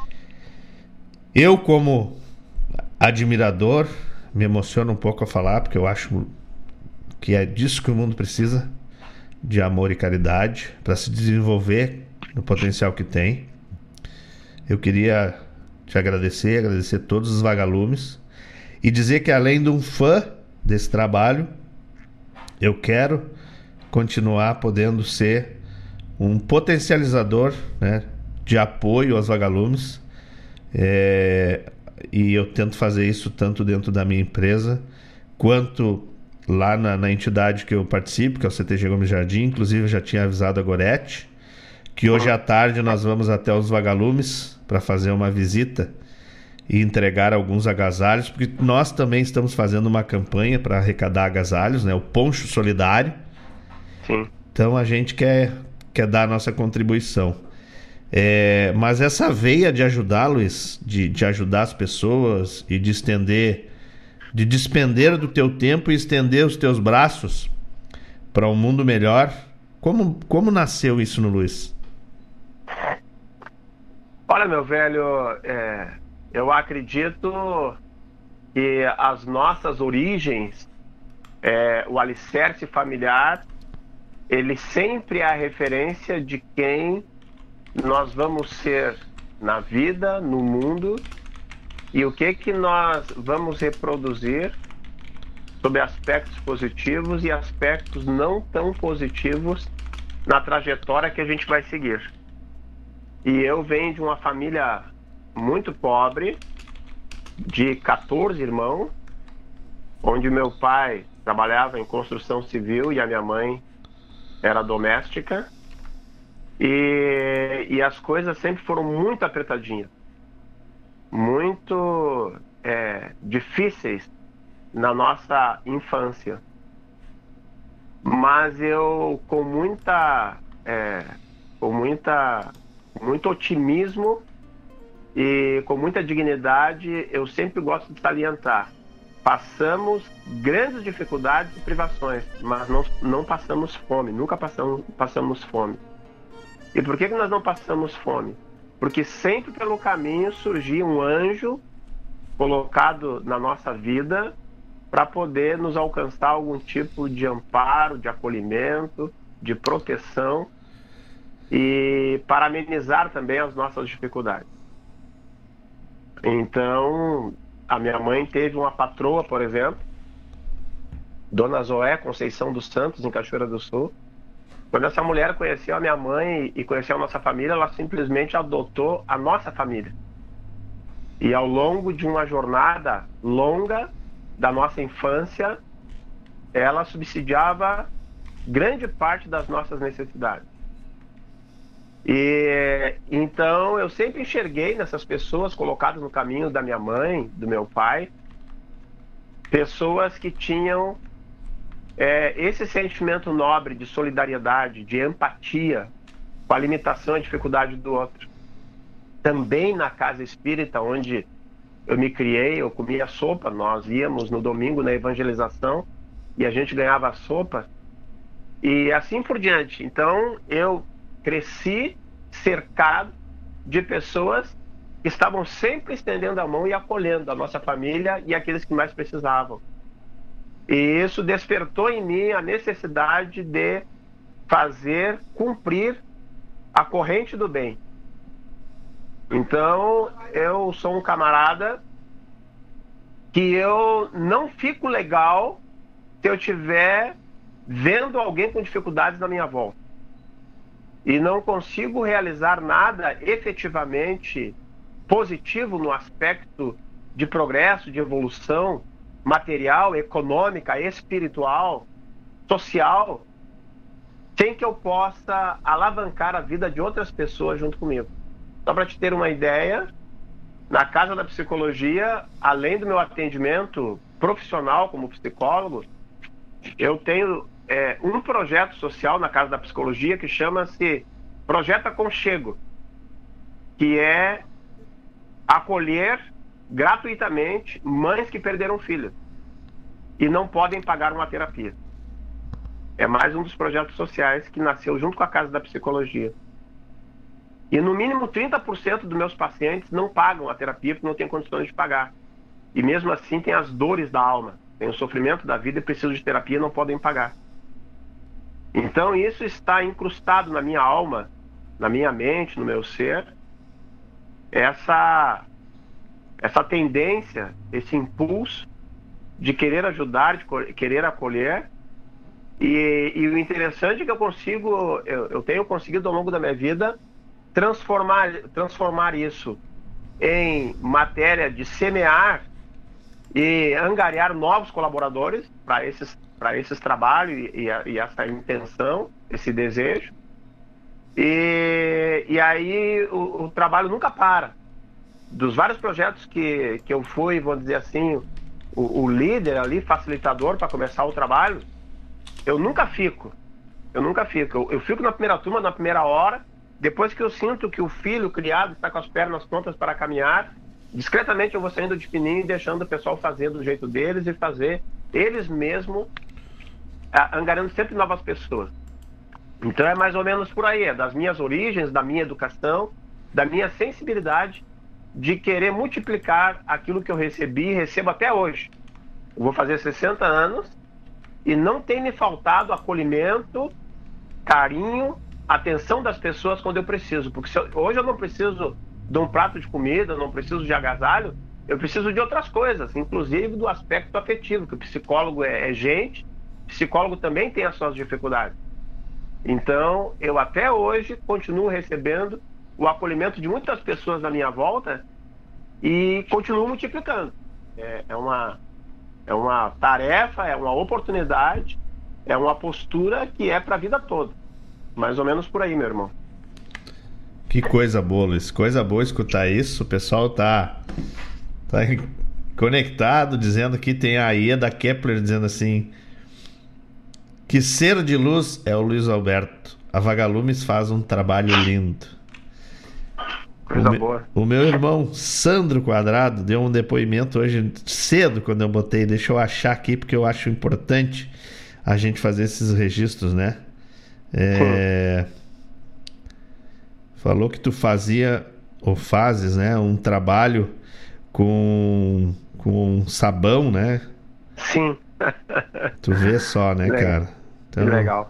[SPEAKER 3] Eu, como admirador, me emociono um pouco a falar, porque eu acho que é disso que o mundo precisa, de amor e caridade, para se desenvolver no potencial que tem. Eu queria te agradecer, agradecer todos os vagalumes e dizer que, além de um fã desse trabalho, eu quero continuar podendo ser um potencializador, né, de apoio aos vagalumes, é, e eu tento fazer isso tanto dentro da minha empresa quanto lá na, na entidade que eu participo, que é o C T G Gomes Jardim. Inclusive eu já tinha avisado a Gorete que hoje à tarde nós vamos até os vagalumes para fazer uma visita e entregar alguns agasalhos, porque nós também estamos fazendo uma campanha para arrecadar agasalhos, né? O Poncho Solidário.
[SPEAKER 11] Sim.
[SPEAKER 3] Então a gente quer, quer dar a nossa contribuição. É, mas essa veia de ajudar, Luiz, de, de ajudar as pessoas e de estender, de despender do teu tempo e estender os teus braços para um mundo melhor, como, como nasceu isso no Luiz?
[SPEAKER 11] Olha, meu velho, é, eu acredito que as nossas origens, é, o alicerce familiar, ele sempre é a referência de quem nós vamos ser na vida, no mundo, e o que que nós vamos reproduzir sobre aspectos positivos e aspectos não tão positivos na trajetória que a gente vai seguir. E eu venho de uma família muito pobre, de quatorze irmãos, onde meu pai trabalhava em construção civil e a minha mãe era doméstica. E, e as coisas sempre foram muito apertadinhas, muito é, difíceis na nossa infância. Mas eu, com muita, é, com muita, muito otimismo e com muita dignidade, eu sempre gosto de salientar: passamos grandes dificuldades e privações, mas não, não passamos fome, nunca passamos, passamos fome. E por que que nós não passamos fome? Porque sempre pelo caminho surgia um anjo colocado na nossa vida para poder nos alcançar algum tipo de amparo, de acolhimento, de proteção e para amenizar também as nossas dificuldades. Então, a minha mãe teve uma patroa, por exemplo, Dona Zoé Conceição dos Santos, em Cachoeira do Sul. Quando essa mulher conheceu a minha mãe e conheceu a nossa família, ela simplesmente adotou a nossa família. E ao longo de uma jornada longa da nossa infância, ela subsidiava grande parte das nossas necessidades. E então eu sempre enxerguei nessas pessoas colocadas no caminho da minha mãe, do meu pai, pessoas que tinham É, esse sentimento nobre de solidariedade, de empatia com a limitação e dificuldade do outro. Também na casa espírita, onde eu me criei, eu comia sopa, nós íamos no domingo na evangelização e a gente ganhava sopa e assim por diante. Então eu cresci cercado de pessoas que estavam sempre estendendo a mão e acolhendo a nossa família e aqueles que mais precisavam. E isso despertou em mim a necessidade de fazer cumprir a corrente do bem. Então, eu sou um camarada que eu não fico legal se eu estiver vendo alguém com dificuldades na minha volta. E não consigo realizar nada efetivamente positivo no aspecto de progresso, de evolução material, econômica, espiritual, social, sem que eu possa alavancar a vida de outras pessoas junto comigo. Só para te ter uma ideia, na Casa da Psicologia, além do meu atendimento profissional como psicólogo, eu tenho é, um projeto social na Casa da Psicologia que chama-se Projeto Aconchego, que é acolher gratuitamente mães que perderam filhos e não podem pagar uma terapia. É mais um dos projetos sociais que nasceu junto com a Casa da Psicologia. E no mínimo trinta por cento dos meus pacientes não pagam a terapia porque não têm condições de pagar. E mesmo assim tem as dores da alma, tem o sofrimento da vida e precisam de terapia e não podem pagar. Então isso está incrustado na minha alma, na minha mente, no meu ser, essa, essa tendência, esse impulso de querer ajudar, de querer acolher. E, e o interessante é que eu consigo, eu, eu tenho conseguido ao longo da minha vida transformar, transformar isso em matéria de semear e angariar novos colaboradores para esses, para esses trabalhos e, e, e essa intenção, esse desejo. E, e aí o, o trabalho nunca para. Dos vários projetos que, que eu fui, vamos dizer assim, o, o líder ali, facilitador para começar o trabalho, eu nunca fico. Eu nunca fico. Eu, eu fico na primeira turma, na primeira hora. Depois que eu sinto que o filho criado está com as pernas prontas para caminhar, discretamente eu vou saindo de fininho e deixando o pessoal fazer do jeito deles e fazer eles mesmos, angariando sempre novas pessoas. Então é mais ou menos por aí, é das minhas origens, da minha educação, da minha sensibilidade de querer multiplicar aquilo que eu recebi e recebo até hoje. Eu vou fazer sessenta anos e não tem me faltado acolhimento, carinho, atenção das pessoas quando eu preciso. Porque se eu, hoje eu não preciso de um prato de comida, não preciso de agasalho, eu preciso de outras coisas, inclusive do aspecto afetivo, que o psicólogo é, é gente, o psicólogo também tem as suas dificuldades. Então, eu até hoje continuo recebendo o acolhimento de muitas pessoas à minha volta e continuo multiplicando. É, é, uma, é uma tarefa, é uma oportunidade, é uma postura que é para a vida toda. Mais ou menos por aí, meu irmão.
[SPEAKER 3] Que coisa boa, Luiz. Coisa boa escutar isso. O pessoal tá, tá conectado, dizendo que tem a Ieda Kepler dizendo assim: que ser de luz é o Luiz Alberto. A Vagalumes faz um trabalho lindo.
[SPEAKER 11] Coisa
[SPEAKER 3] o me,
[SPEAKER 11] boa.
[SPEAKER 3] O meu irmão Sandro Quadrado deu um depoimento hoje cedo quando eu botei. Deixa eu achar aqui porque eu acho importante a gente fazer esses registros, né? É... Falou que tu fazia ou fazes, né, um trabalho com com sabão, né?
[SPEAKER 11] Sim.
[SPEAKER 3] Tu vê só, né,
[SPEAKER 11] legal.
[SPEAKER 3] cara? Então,
[SPEAKER 11] que legal.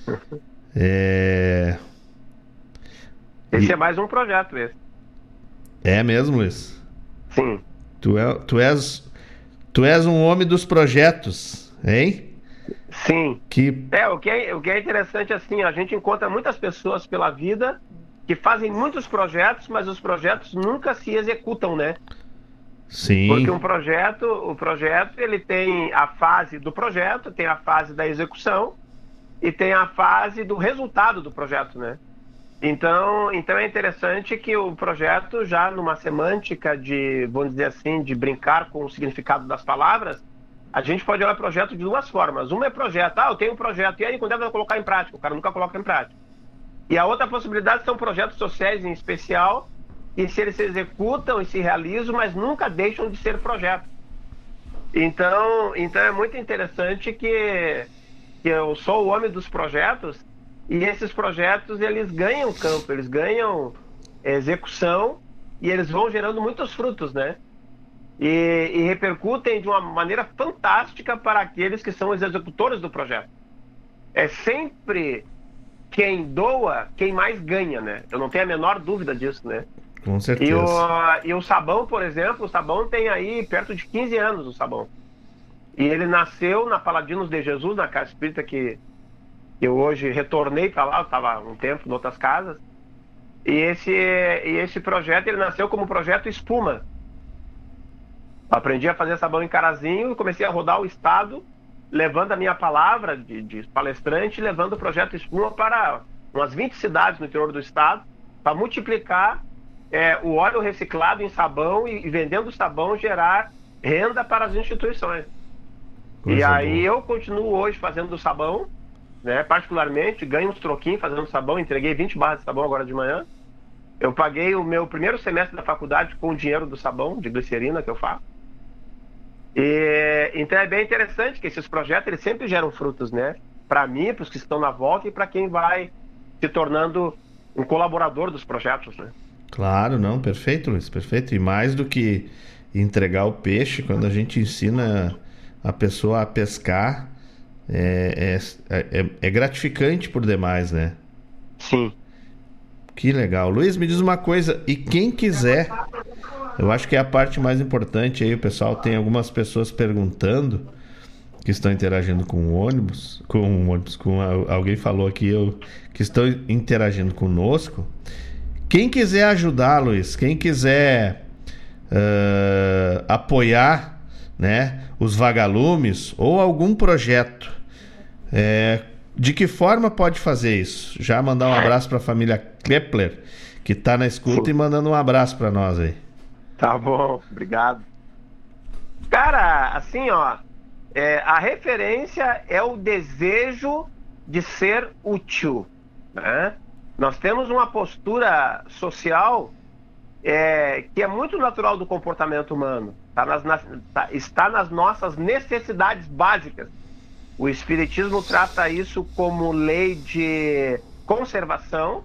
[SPEAKER 3] É...
[SPEAKER 11] Esse
[SPEAKER 3] e...
[SPEAKER 11] é mais um projeto, esse.
[SPEAKER 3] É mesmo, Luiz?
[SPEAKER 11] Sim.
[SPEAKER 3] Tu, é, tu, és, tu és um homem dos projetos, hein?
[SPEAKER 11] Sim.
[SPEAKER 3] Que...
[SPEAKER 11] É, o que é, o que é interessante, assim, a gente encontra muitas pessoas pela vida que fazem muitos projetos, mas os projetos nunca se executam, né?
[SPEAKER 3] Sim.
[SPEAKER 11] Porque um projeto, o projeto, ele tem a fase do projeto, tem a fase da execução e tem a fase do resultado do projeto, né? Então, então é interessante que o projeto, já numa semântica de, vamos dizer assim, de brincar com o significado das palavras, a gente pode olhar projeto de duas formas. Uma é projeto, ah, eu tenho um projeto, e aí quando é que eu vou colocar em prática? O cara nunca coloca em prática. E a outra possibilidade são projetos sociais em especial, e se eles se executam e se realizam, mas nunca deixam de ser projeto. Então, então é muito interessante que, que eu sou o homem dos projetos, e esses projetos, eles ganham campo, eles ganham execução, e eles vão gerando muitos frutos, né? E, e repercutem de uma maneira fantástica para aqueles que são os executores do projeto. É sempre quem doa, quem mais ganha, né? Eu não tenho a menor dúvida disso, né?
[SPEAKER 3] Com certeza.
[SPEAKER 11] E o, e o Sabão, por exemplo, o Sabão tem aí perto de quinze anos, o Sabão. E ele nasceu na Paladinos de Jesus, na Casa Espírita que eu hoje retornei para lá, eu estava um tempo em outras casas. E esse, e esse projeto, ele nasceu como projeto Espuma. Aprendi a fazer sabão em Carazinho e comecei a rodar o estado, levando a minha palavra de, de palestrante, levando o projeto Espuma para umas vinte cidades no interior do estado, para multiplicar é, o óleo reciclado em sabão e, e vendendo o sabão, gerar renda para as instituições. Coisa e aí boa. Eu continuo hoje fazendo o sabão, né? Particularmente, ganho uns troquinhos fazendo sabão, entreguei vinte barras de sabão agora de manhã. Eu paguei o meu primeiro semestre da faculdade com o dinheiro do sabão, de glicerina que eu faço. E, então é bem interessante que esses projetos, eles sempre geram frutos, né? Para mim, para os que estão na volta e para quem vai se tornando um colaborador dos projetos, né?
[SPEAKER 3] Claro, não, perfeito, Luiz, perfeito. E mais do que entregar o peixe, quando a gente ensina a pessoa a pescar, é, é, é, é gratificante por demais, né?
[SPEAKER 11] Sim.
[SPEAKER 3] Que legal. Luiz, me diz uma coisa, e quem quiser, eu acho que é a parte mais importante aí, o pessoal tem algumas pessoas perguntando, que estão interagindo com o ônibus, com o ônibus, com a, alguém falou aqui, eu, que estão interagindo conosco. Quem quiser ajudar, Luiz, quem quiser uh, apoiar, né, os vagalumes ou algum projeto, é, de que forma pode fazer isso? Já mandar um abraço para a família Kepler, que está na escuta, e mandando um abraço para nós aí.
[SPEAKER 11] Tá bom, obrigado. Cara, assim, ó, é, a referência é o desejo de ser útil, né? Nós temos uma postura social é, que é muito natural do comportamento humano, tá nas, nas, tá, está nas nossas necessidades básicas. O Espiritismo trata isso como lei de conservação,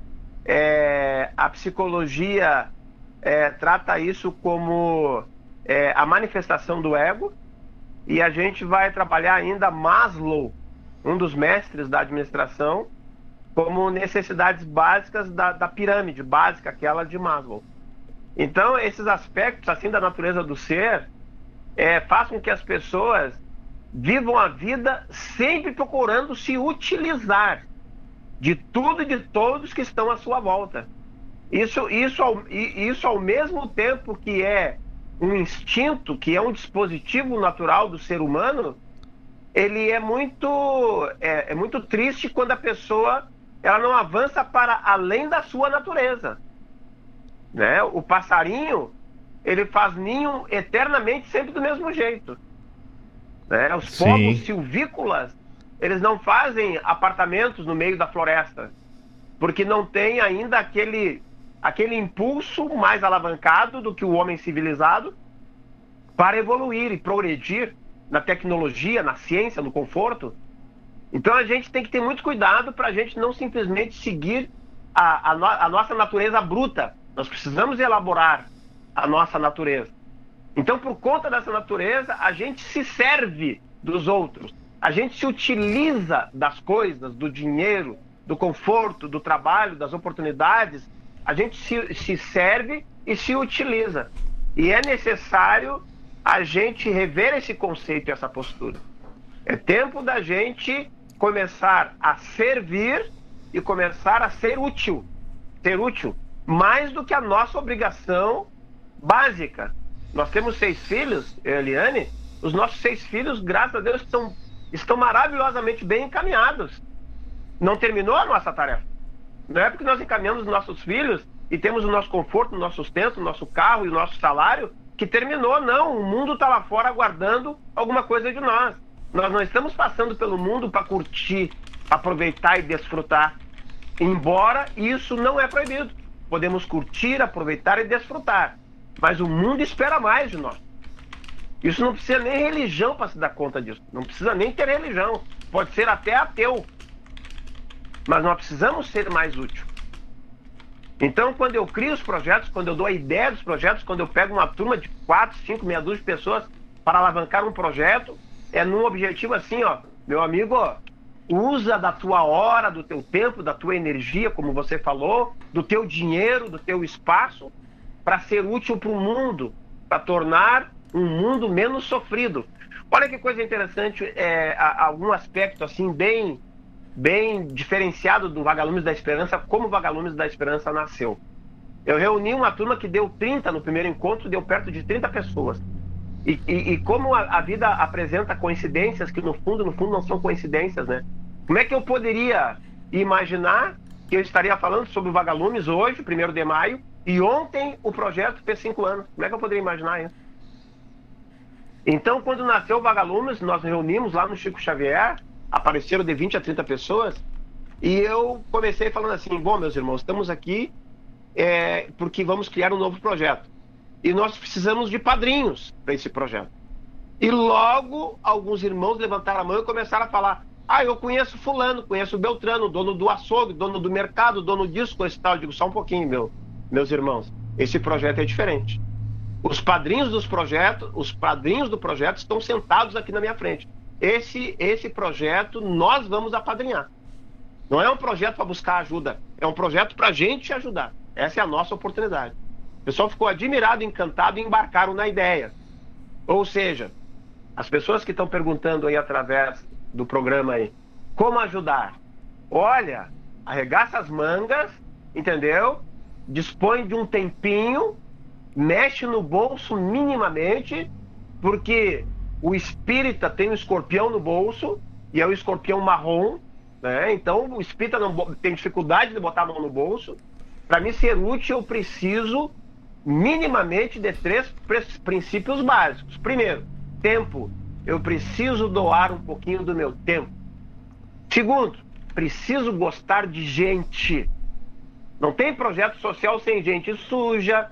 [SPEAKER 11] é, a psicologia é, trata isso como é, a manifestação do ego, e a gente vai trabalhar ainda Maslow, um dos mestres da administração, como necessidades básicas da, da pirâmide básica, aquela de Maslow. Então, esses aspectos assim da natureza do ser é, fazem com que as pessoas vivam a vida sempre procurando se utilizar de tudo e de todos que estão à sua volta. Isso, isso, ao, isso ao mesmo tempo que é um instinto, que é um dispositivo natural do ser humano, ele é muito, é, é muito triste quando a pessoa ela não avança para além da sua natureza, né? O passarinho, ele faz ninho eternamente, sempre do mesmo jeito, né? Os
[SPEAKER 3] Sim.
[SPEAKER 11] povos silvícolas, eles não fazem apartamentos no meio da floresta, porque não tem ainda aquele, aquele impulso mais alavancado do que o homem civilizado para evoluir e progredir na tecnologia, na ciência, no conforto. Então a gente tem que ter muito cuidado para a gente não simplesmente seguir a, a, no, a nossa natureza bruta. Nós precisamos elaborar a nossa natureza. Então, por conta dessa natureza, a gente se serve dos outros. A gente se utiliza das coisas, do dinheiro, do conforto, do trabalho, das oportunidades. A gente se, se serve e se utiliza. E é necessário a gente rever esse conceito e essa postura. É tempo da gente começar a servir e começar a ser útil. Ser útil mais do que a nossa obrigação básica. Nós temos seis filhos, eu, Eliane, os nossos seis filhos, graças a Deus, estão, estão maravilhosamente bem encaminhados. Não terminou a nossa tarefa. Não é porque nós encaminhamos os nossos filhos e temos o nosso conforto, o nosso sustento, o nosso carro e o nosso salário, que terminou, não. O mundo está lá fora aguardando alguma coisa de nós. Nós não estamos passando pelo mundo para curtir, aproveitar e desfrutar. Embora isso não é proibido. Podemos curtir, aproveitar e desfrutar. Mas o mundo espera mais de nós. Isso não precisa nem religião para se dar conta disso. Não precisa nem ter religião. Pode ser até ateu. Mas nós precisamos ser mais úteis. Então, quando eu crio os projetos, quando eu dou a ideia dos projetos, quando eu pego uma turma de quatro, cinco, meia dúzia de pessoas para alavancar um projeto, é num objetivo assim, ó, meu amigo, ó, usa da tua hora, do teu tempo, da tua energia, como você falou, do teu dinheiro, do teu espaço, para ser útil para o mundo, para tornar um mundo menos sofrido. Olha que coisa interessante, é, algum aspecto assim bem, bem diferenciado do Vagalumes da Esperança, como o Vagalumes da Esperança nasceu. Eu reuni uma turma que deu trinta no primeiro encontro, deu perto de trinta pessoas. E, e, e como a, a vida apresenta coincidências que no fundo, no fundo não são coincidências, né? Como é que eu poderia imaginar que eu estaria falando sobre o Vagalumes hoje, primeiro de maio, e ontem o projeto fez cinco anos? Como é que eu poderia imaginar isso? Então, quando nasceu o Vagalumes, nós reunimos lá no Chico Xavier apareceram de vinte a trinta pessoas, e eu comecei falando assim, bom, meus irmãos, estamos aqui é, porque vamos criar um novo projeto. E nós precisamos de padrinhos para esse projeto. E logo, alguns irmãos levantaram a mão e começaram a falar, ah, eu conheço fulano, conheço Beltrano, dono do açougue, dono do mercado, dono disso, com esse tal. Eu digo, só um pouquinho, meu, meus irmãos, esse projeto é diferente. Os padrinhos dos projetos, os padrinhos do projeto estão sentados aqui na minha frente. Esse, esse projeto nós vamos apadrinhar. Não é um projeto para buscar ajuda, é um projeto para a gente ajudar. Essa é a nossa oportunidade. O pessoal ficou admirado, encantado e embarcaram na ideia. Ou seja, as pessoas que estão perguntando aí através do programa aí, como ajudar? Olha, arregaça as mangas, entendeu? Dispõe de um tempinho, mexe no bolso minimamente, porque o espírita tem um escorpião no bolso, e é o escorpião marrom, né? Então o espírita não tem dificuldade de botar a mão no bolso. Para mim ser útil, eu preciso minimamente de três princípios básicos. Primeiro, tempo. Eu preciso doar um pouquinho do meu tempo. Segundo, preciso gostar de gente. Não tem projeto social sem gente suja,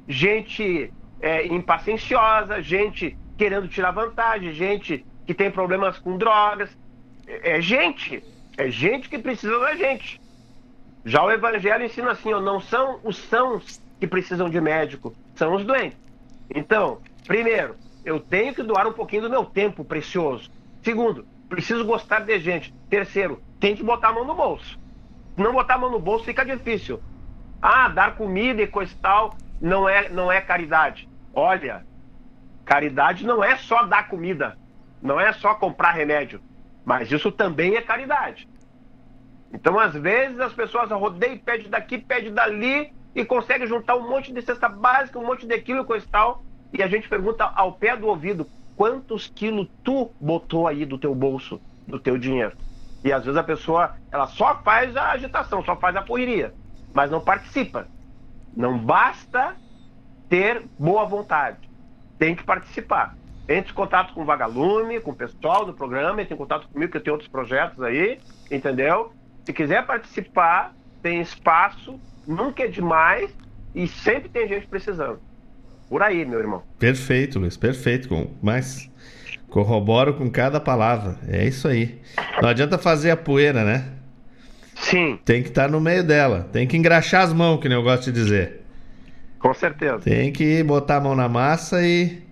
[SPEAKER 11] gente é, impacienciosa, gente querendo tirar vantagem, gente que tem problemas com drogas. É, é gente, é gente que precisa da gente. Já o Evangelho ensina assim, ó, não são os sãos que precisam de médico, são os doentes. Então, primeiro, eu tenho que doar um pouquinho do meu tempo precioso. Segundo, preciso gostar de gente. Terceiro, tem que botar a mão no bolso. Se não botar a mão no bolso, fica difícil. Ah, dar comida e coisa e tal não é, não é caridade. Olha, caridade não é só dar comida, não é só comprar remédio, mas isso também é caridade. Então, às vezes, as pessoas rodeiam, pedem daqui, pedem dali e conseguem juntar um monte de cesta básica, um monte de quilo e coisa e tal. E a gente pergunta ao pé do ouvido, quantos quilos tu botou aí do teu bolso, do teu dinheiro? E às vezes a pessoa, ela só faz a agitação, só faz a correria, mas não participa. Não basta ter boa vontade, tem que participar. Entre em contato com o Vagalume, com o pessoal do programa, entre em contato comigo, que eu tenho outros projetos aí, entendeu? Se quiser participar, tem espaço, nunca é demais e sempre tem gente precisando. Por aí, meu irmão.
[SPEAKER 3] Perfeito, Luiz, perfeito. Mas corroboro com cada palavra. É isso aí. Não adianta fazer a poeira, né?
[SPEAKER 11] Sim.
[SPEAKER 3] Tem que estar no meio dela. Tem que engraxar as mãos, que nem eu gosto de dizer.
[SPEAKER 11] Com certeza.
[SPEAKER 3] Tem que botar a mão na massa e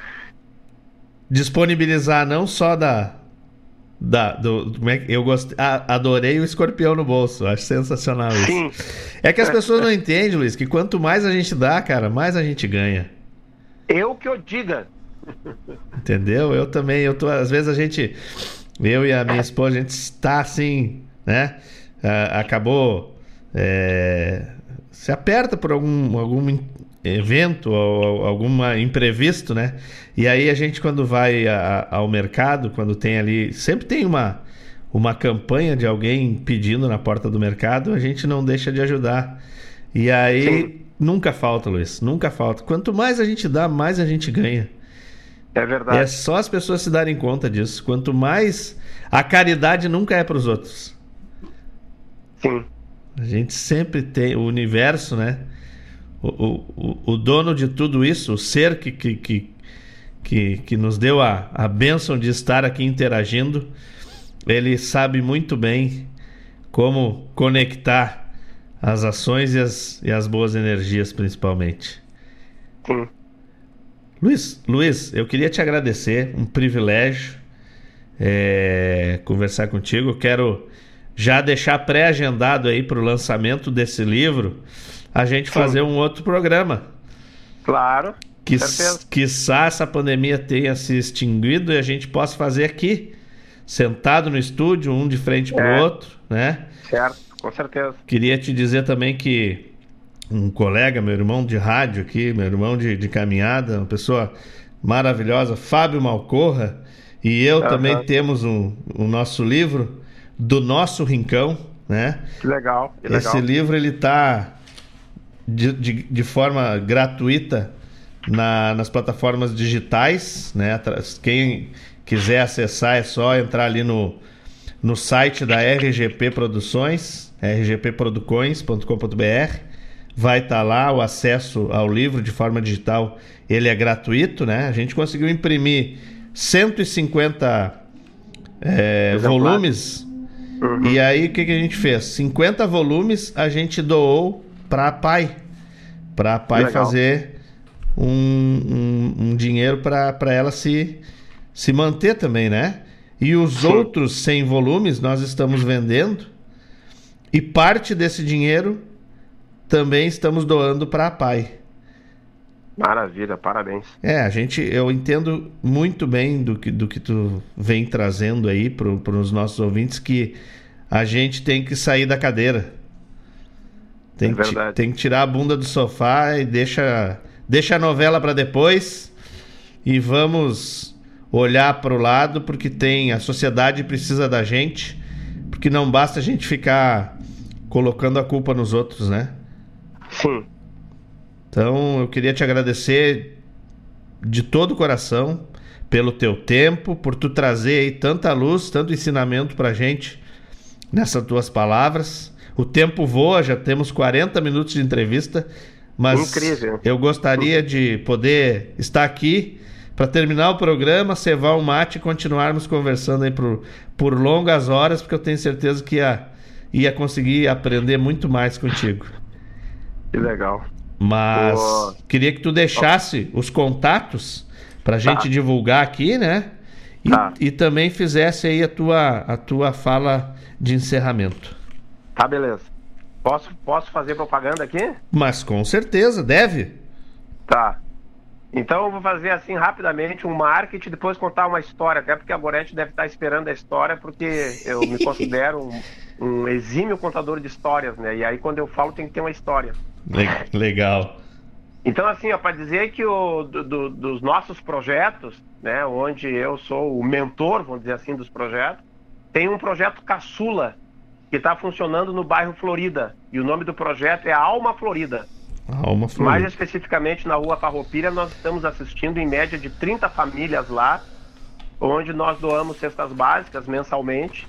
[SPEAKER 3] disponibilizar não só da... Da, do, como é que eu gostei, ah, adorei o escorpião no bolso, acho sensacional isso. Sim. É que as pessoas não entendem, Luiz, que quanto mais a gente dá, cara, mais a gente ganha.
[SPEAKER 11] Eu que eu diga.
[SPEAKER 3] Entendeu? Eu também, eu tô, às vezes a gente, eu e a minha esposa, a gente está assim, né? Ah, acabou, é, se aperta por algum, algum evento ou algum imprevisto, né? E aí a gente, quando vai a, ao mercado, quando tem ali, sempre tem uma, uma campanha de alguém pedindo na porta do mercado, a gente não deixa de ajudar. E aí Sim. nunca falta, Luiz, nunca falta. Quanto mais a gente dá, mais a gente ganha.
[SPEAKER 11] É verdade.
[SPEAKER 3] É só as pessoas se darem conta disso. Quanto mais... A caridade nunca é para os outros.
[SPEAKER 11] Sim.
[SPEAKER 3] A gente sempre tem... O universo, né? O, o, o dono de tudo isso, o ser que, que, que, que, que nos deu a, a bênção de estar aqui interagindo, ele sabe muito bem como conectar as ações e as, e as boas energias, principalmente.
[SPEAKER 11] Sim.
[SPEAKER 3] Luiz, Luiz, eu queria te agradecer, um privilégio é, conversar contigo. Eu quero já deixar pré-agendado aí para o lançamento desse livro, a gente Sim. fazer um outro programa.
[SPEAKER 11] Claro,
[SPEAKER 3] que quiçá essa pandemia tenha se extinguido e a gente possa fazer aqui, sentado no estúdio, um de frente para o é. outro, né?
[SPEAKER 11] Certo, com certeza.
[SPEAKER 3] Queria te dizer também que um colega, meu irmão de rádio aqui, meu irmão de, de caminhada, uma pessoa maravilhosa, Fábio Malcorra, e eu uhum. também temos um, o nosso livro, Do Nosso Rincão, né?
[SPEAKER 11] Que legal, que
[SPEAKER 3] Esse
[SPEAKER 11] legal.
[SPEAKER 3] livro, ele está de, de, de forma gratuita na, nas plataformas digitais, né? Quem quiser acessar é só entrar ali no, no site da R G P Produções, r g p produções ponto com ponto b r. Vai estar lá o acesso ao livro de forma digital, ele é gratuito, né? A gente conseguiu imprimir cento e cinquenta é, volumes. Uhum. E aí o que, que a gente fez? cinquenta volumes a gente doou para a P A I, para a P A I fazer um, um, um dinheiro para ela se, se manter também, né? E os Sim. outros cem volumes nós estamos vendendo, e parte desse dinheiro também estamos doando para a P A I.
[SPEAKER 11] Maravilha, parabéns.
[SPEAKER 3] É, a gente, eu entendo muito bem do que, do que tu vem trazendo aí para os nossos ouvintes, que a gente tem que sair da cadeira. Tem, é que, tem que tirar a bunda do sofá e deixa, deixa a novela para depois e vamos olhar para o lado, porque tem, a sociedade precisa da gente, porque não basta a gente ficar colocando a culpa nos outros, né?
[SPEAKER 11] Sim.
[SPEAKER 3] Então, eu queria te agradecer de todo o coração pelo teu tempo, por tu trazer aí tanta luz, tanto ensinamento pra gente nessas tuas palavras. O tempo voa, já temos quarenta minutos de entrevista, mas Incrível. eu gostaria de poder estar aqui para terminar o programa, cevar um mate e continuarmos conversando aí por, por longas horas, porque eu tenho certeza que ia, ia conseguir aprender muito mais contigo.
[SPEAKER 11] Que legal.
[SPEAKER 3] Mas oh. queria que tu deixasse oh. os contatos pra gente tá. divulgar aqui, né? E, tá. e também fizesse aí a tua, a tua fala de encerramento.
[SPEAKER 11] Tá, beleza. Posso, posso fazer propaganda aqui?
[SPEAKER 3] Mas com certeza, deve.
[SPEAKER 11] Tá. Então eu vou fazer assim rapidamente um marketing e depois contar uma história, até porque a Gorete deve estar esperando a história, porque eu me considero um, um exímio contador de histórias, né? E aí quando eu falo tem que ter uma história.
[SPEAKER 3] Legal.
[SPEAKER 11] Então, assim, ó, para dizer que o, do, do, dos nossos projetos, né, onde eu sou o mentor, vamos dizer assim, dos projetos, tem um projeto caçula que está funcionando no bairro Florida. E o nome do projeto é Alma Florida.
[SPEAKER 3] Alma Florida.
[SPEAKER 11] Mais especificamente na rua Farroupilha, nós estamos assistindo em média de trinta famílias lá, onde nós doamos cestas básicas mensalmente.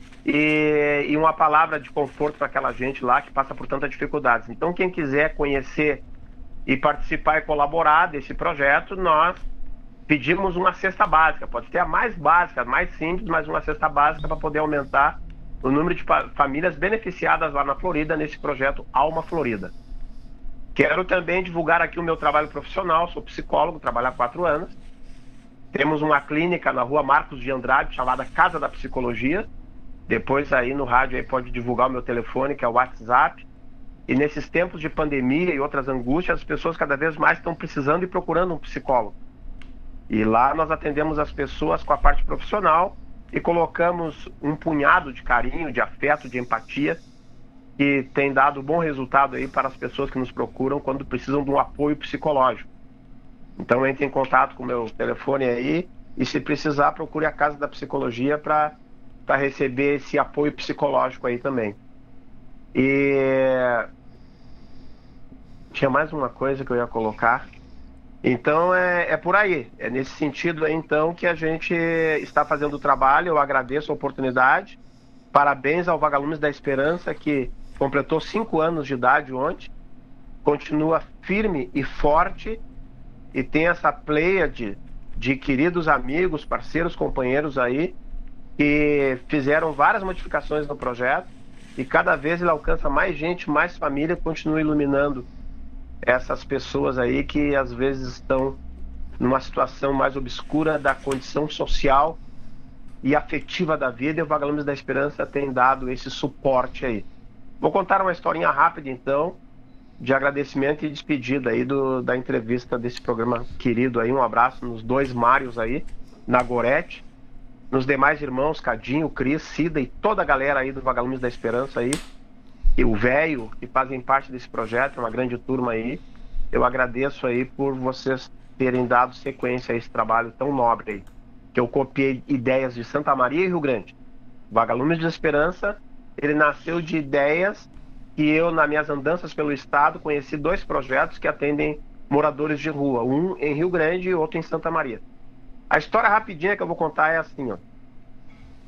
[SPEAKER 11] E, e uma palavra de conforto para aquela gente lá que passa por tantas dificuldades. Então, quem quiser conhecer e participar e colaborar desse projeto, nós pedimos uma cesta básica. Pode ser a mais básica, a mais simples, mas uma cesta básica para poder aumentar o número de famílias beneficiadas lá na Florida, nesse projeto Alma Florida. Quero também divulgar aqui o meu trabalho profissional. Sou psicólogo, trabalho há quatro anos. Temos uma clínica na rua Marcos de Andrade, chamada Casa da Psicologia. Depois aí no rádio aí pode divulgar o meu telefone, que é o WhatsApp. E nesses tempos de pandemia e outras angústias, as pessoas cada vez mais estão precisando e procurando um psicólogo. E lá nós atendemos as pessoas com a parte profissional e colocamos um punhado de carinho, de afeto, de empatia, que tem dado bom resultado aí para as pessoas que nos procuram quando precisam de um apoio psicológico. Então entre em contato com o meu telefone aí e, se precisar, procure a Casa da Psicologia para para receber esse apoio psicológico aí também. E tinha mais uma coisa que eu ia colocar. Então é, é por aí, é nesse sentido aí então que a gente está fazendo o trabalho. Eu agradeço a oportunidade, parabéns ao Vagalumes da Esperança, que completou cinco anos de idade ontem, continua firme e forte e tem essa pleiade de queridos amigos, parceiros, companheiros aí, que fizeram várias modificações no projeto, e cada vez ele alcança mais gente, mais família, continua iluminando essas pessoas aí que às vezes estão numa situação mais obscura da condição social e afetiva da vida, e o Vagalumes da Esperança tem dado esse suporte aí. Vou contar uma historinha rápida então, de agradecimento e despedida aí do, da entrevista desse programa querido aí. Um abraço nos dois Mários aí, na Gorete, nos demais irmãos, Cadinho, Cris, Cida e toda a galera aí do Vagalumes da Esperança aí, e o Velho, que fazem parte desse projeto, uma grande turma aí. Eu agradeço aí por vocês terem dado sequência a esse trabalho tão nobre aí, que eu copiei ideias de Santa Maria e Rio Grande. Vagalumes da Esperança, ele nasceu de ideias que eu, nas minhas andanças pelo estado, conheci dois projetos que atendem moradores de rua, um em Rio Grande e outro em Santa Maria. A história rapidinha que eu vou contar é assim, ó.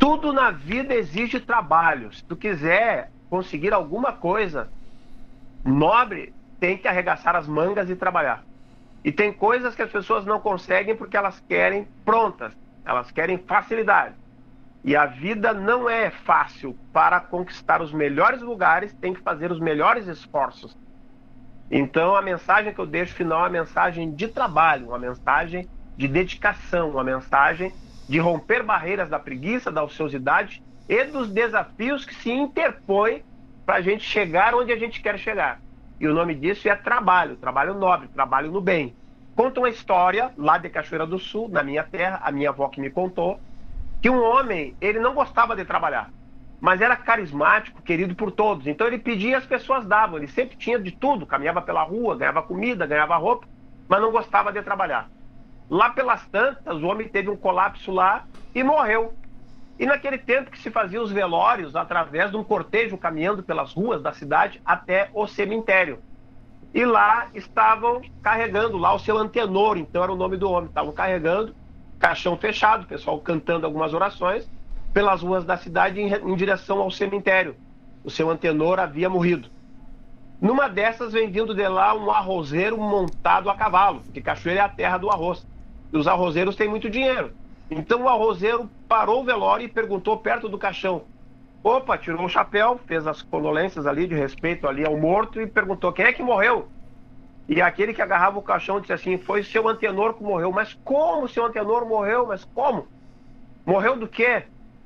[SPEAKER 11] Tudo na vida exige trabalho. Se tu quiser conseguir alguma coisa nobre, tem que arregaçar as mangas e trabalhar. E tem coisas que as pessoas não conseguem porque elas querem prontas, elas querem facilidade. E a vida não é fácil. Para conquistar os melhores lugares, tem que fazer os melhores esforços. Então a mensagem que eu deixo final é uma mensagem de trabalho, uma mensagem de dedicação, uma mensagem de romper barreiras da preguiça, da ociosidade e dos desafios que se interpõem para a gente chegar onde a gente quer chegar. E o nome disso é trabalho, trabalho nobre, trabalho no bem. Conta uma história lá de Cachoeira do Sul, na minha terra, a minha avó que me contou, que um homem, ele não gostava de trabalhar, mas era carismático, querido por todos. Então ele pedia e as pessoas davam, ele sempre tinha de tudo, caminhava pela rua, ganhava comida, ganhava roupa, mas não gostava de trabalhar. Lá pelas tantas, o homem teve um colapso lá e morreu. E naquele tempo que se fazia os velórios através de um cortejo caminhando pelas ruas da cidade até o cemitério. E lá estavam carregando lá o seu antenor, então era o nome do homem. Estavam carregando, caixão fechado, o pessoal cantando algumas orações pelas ruas da cidade em, em direção ao cemitério. O seu antenor havia morrido. Numa dessas vem vindo de lá um arrozeiro montado a cavalo, porque Cachoeira é a terra do arroz. E os arrozeiros têm muito dinheiro. Então o arrozeiro parou o velório e perguntou perto do caixão. Opa, tirou o chapéu, fez as condolências ali de respeito ali ao morto e perguntou: quem é que morreu? E aquele que agarrava o caixão disse assim: foi seu antenor que morreu. Mas como seu antenor morreu? Mas como? Morreu do quê?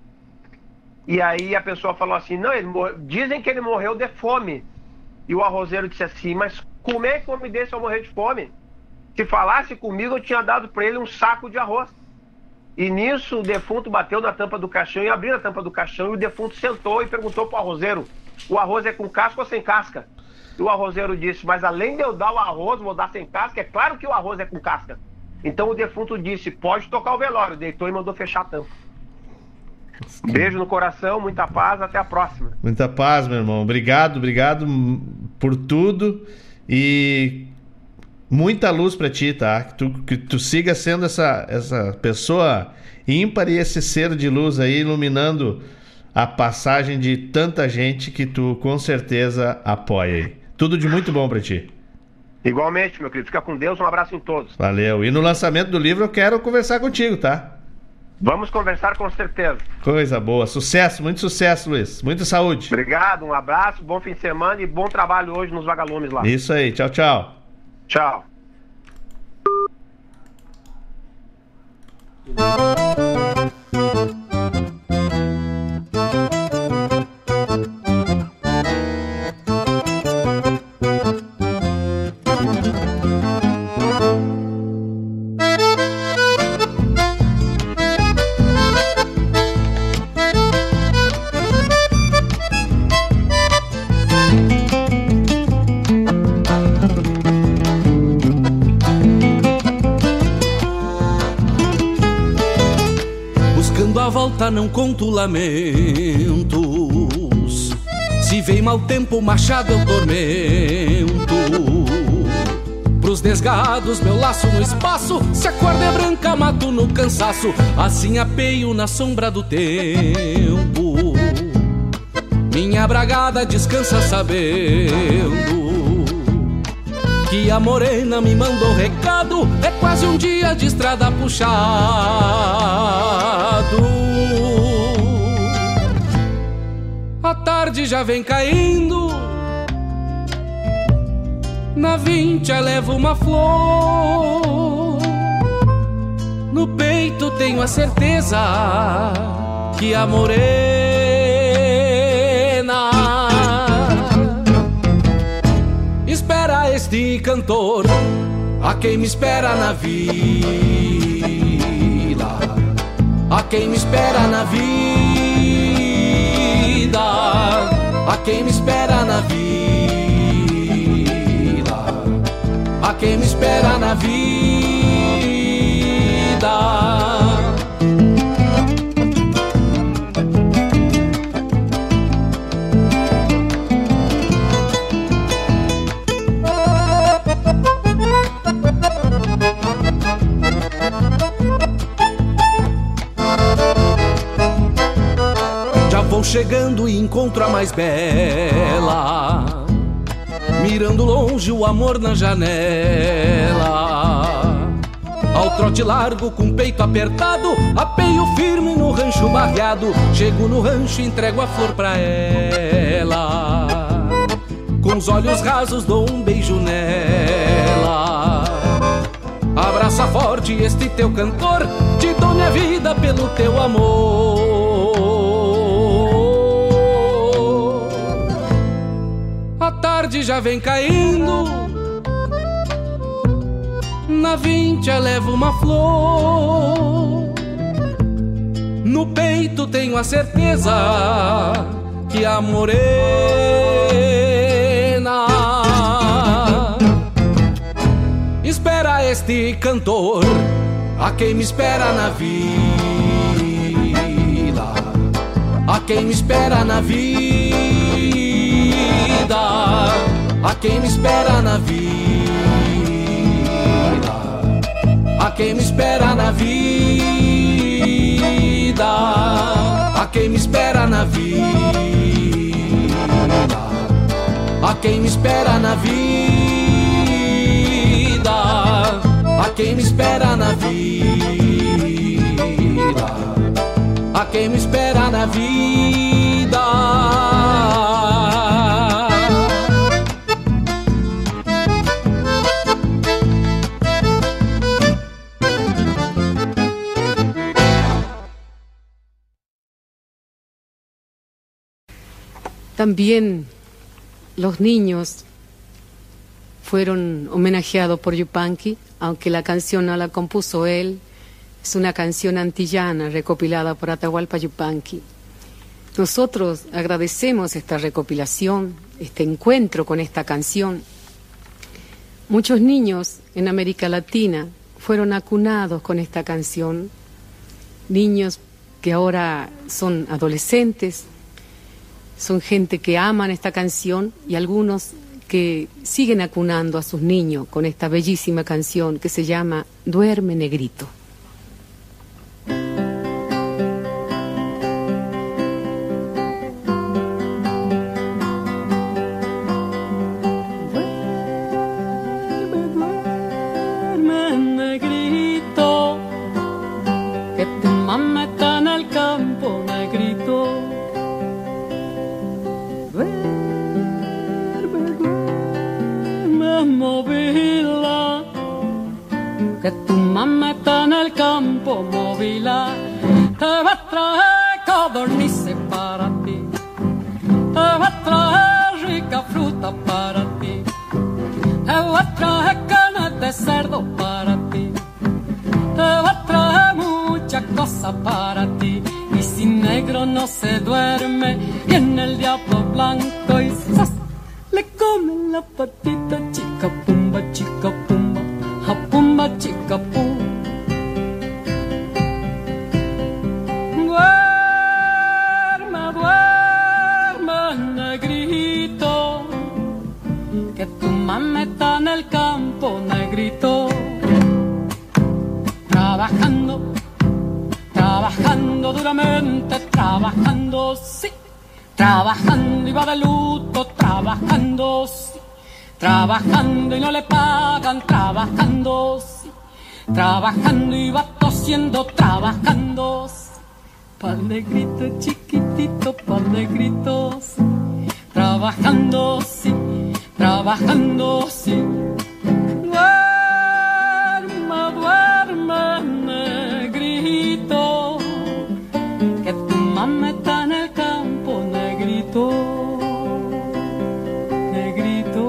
[SPEAKER 11] E aí a pessoa falou assim: não, ele mor... dizem que ele morreu de fome. E o arrozeiro disse assim: mas como é que o homem desse vai morrer de fome? Se falasse comigo, eu tinha dado para ele um saco de arroz. E nisso o defunto bateu na tampa do caixão e abriu a tampa do caixão, e o defunto sentou e perguntou para o arrozeiro: o arroz é com casca ou sem casca? E o arrozeiro disse: mas além de eu dar o arroz, vou dar sem casca? É claro que o arroz é com casca. Então o defunto disse: pode tocar o velório. Deitou e mandou fechar a tampa. Beijo no coração, muita paz, até a próxima.
[SPEAKER 3] Muita paz, meu irmão. Obrigado, obrigado por tudo e muita luz pra ti, tá? Que tu, que tu siga sendo essa, essa pessoa ímpar e esse ser de luz aí, iluminando a passagem de tanta gente que tu com certeza apoia aí. Tudo de muito bom pra ti.
[SPEAKER 11] Igualmente, meu querido. Fica com Deus, um abraço em todos.
[SPEAKER 3] Valeu. E no lançamento do livro eu quero conversar contigo, tá?
[SPEAKER 11] Vamos conversar com certeza.
[SPEAKER 3] Coisa boa. Sucesso, muito sucesso, Luiz. Muita saúde.
[SPEAKER 11] Obrigado, um abraço, bom fim de semana e bom trabalho hoje nos vagalumes lá.
[SPEAKER 3] Isso aí. Tchau, tchau.
[SPEAKER 11] Tchau.
[SPEAKER 6] Não conto lamentos, se vem mau tempo, machado eu tormento. Pros desgados, meu laço no espaço, se a corda é branca, mato no cansaço. Assim apeio na sombra do tempo. Minha bragada descansa sabendo que a morena me mandou recado. É quase um dia de estrada puxado. A tarde já vem caindo, na vincha levo uma flor. No peito tenho a certeza que a morena espera este cantor, a quem me espera na vida, a quem me espera na vida, a quem me espera na vida, a quem me espera na vida. chegando e encontro a mais bela, mirando longe o amor na janela. Ao trote largo com peito apertado, apeio firme no rancho barreado. Chego no rancho e entrego a flor pra ela, com os olhos rasos dou um beijo nela. Abraça forte este teu cantor, te dou minha vida pelo teu amor. A tarde já vem caindo, na vincha levo uma flor. No peito tenho a certeza que a morena espera este cantor, a quem me espera na vida, a quem me espera na vida, a quem me espera na vida, a quem me espera na vida, a quem me espera na vida, a quem me espera na vida, a quem me espera na vida, a quem me espera na vida.
[SPEAKER 13] También los niños fueron homenajeados por Yupanqui, aunque la canción no la compuso él. Es una canción antillana recopilada por Atahualpa Yupanqui. Nosotros agradecemos esta recopilación, este encuentro con esta canción. Muchos niños en América Latina fueron acunados con esta canción. Niños que ahora son adolescentes, son gente que aman esta canción y algunos que siguen acunando a sus niños con esta bellísima canción que se llama Duerme Negrito.
[SPEAKER 14] Duerme, negrito, que tu mamá está en el campo, negrito. Movila, que tu mamá está en el campo, movila. Te va a traer codornices para ti, te va a traer rica fruta para ti, te va a traer carne de cerdo para ti, te va a traer muchas cosas para ti. Y si negro no se duerme, viene el diablo blanco y ¡zas! Le come la patita, chica pumba, chica pumba, ja pumba, chica pum. Duerme, duerme, negrito, que tu mamá está en el campo, negrito. Trabajando, trabajando duramente, trabajando, sí. Trabajando y va de luto, trabajando, sí. Trabajando y no le pagan, trabajando, sí. Trabajando y va tosiendo, trabajando, sí. Pa'l negrito chiquitito, pa'l negrito, sí. Trabajando, sí. Trabajando, sí. Duerme, duerme, negrito, que tu mamá está en el campo, negrito, negrito,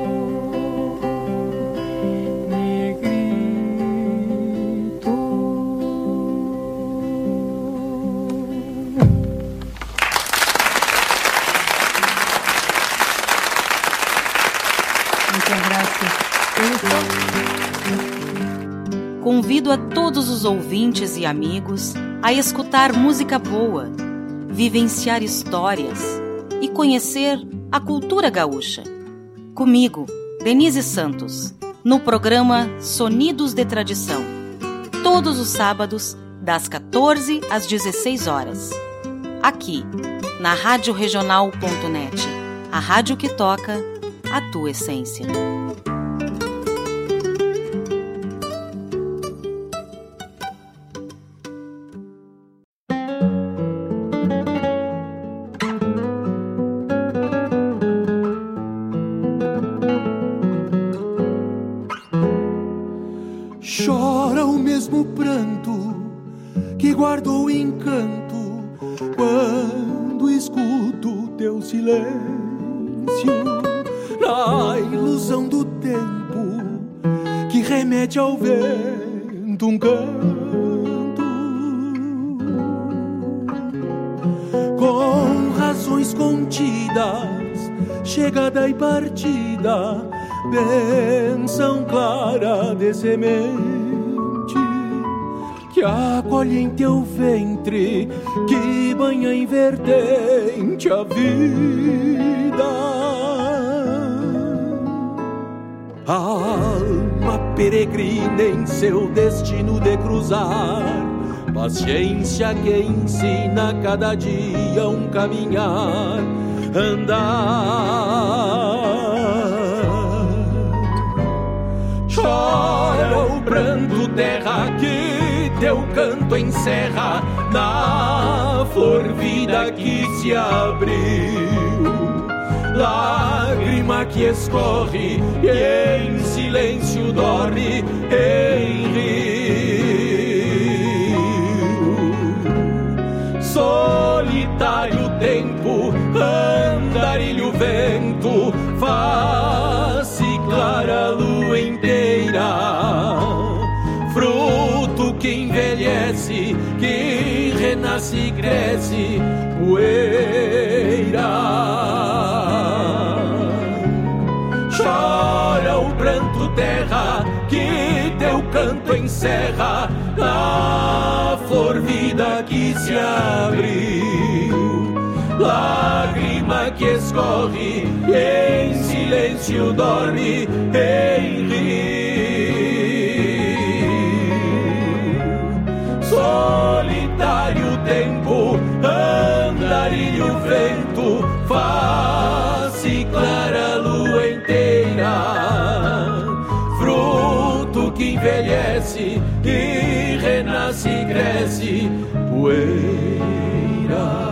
[SPEAKER 14] negrito.
[SPEAKER 13] Muchas gracias.
[SPEAKER 15] Convido a todos os ouvintes e amigos a escutar música boa, vivenciar histórias e conhecer a cultura gaúcha. Comigo, Denise Santos, no programa Sonidos de Tradição, todos os sábados, das quatorze às dezesseis horas, aqui na rádio regional ponto net, a rádio que toca a tua essência.
[SPEAKER 16] Chora o mesmo pranto que guardou o encanto quando escuto teu silêncio na ilusão do tempo que remete ao vento um canto com razões contidas, chegada e partida, bênção clara de semente que acolhe em teu ventre, que banha em vertente a vida. A alma peregrina em seu destino de cruzar, paciência que ensina cada dia um caminhar, andar. Chora o pranto, terra, que teu canto encerra na flor vida que se abriu. Lágrima que escorre e em silêncio dorme em rio. Solitário tempo, andarilho vento, face clara lua inteira, fruto que envelhece, que renasce e cresce, poeira. Chora o pranto, terra, que teu canto encerra a flor vida que se abriu. Lágrima que escorre e em silêncio dorme em rio. Solitário tempo, andarilho vento, face clara lua inteira, fruto que envelhece e renasce e cresce, poeira.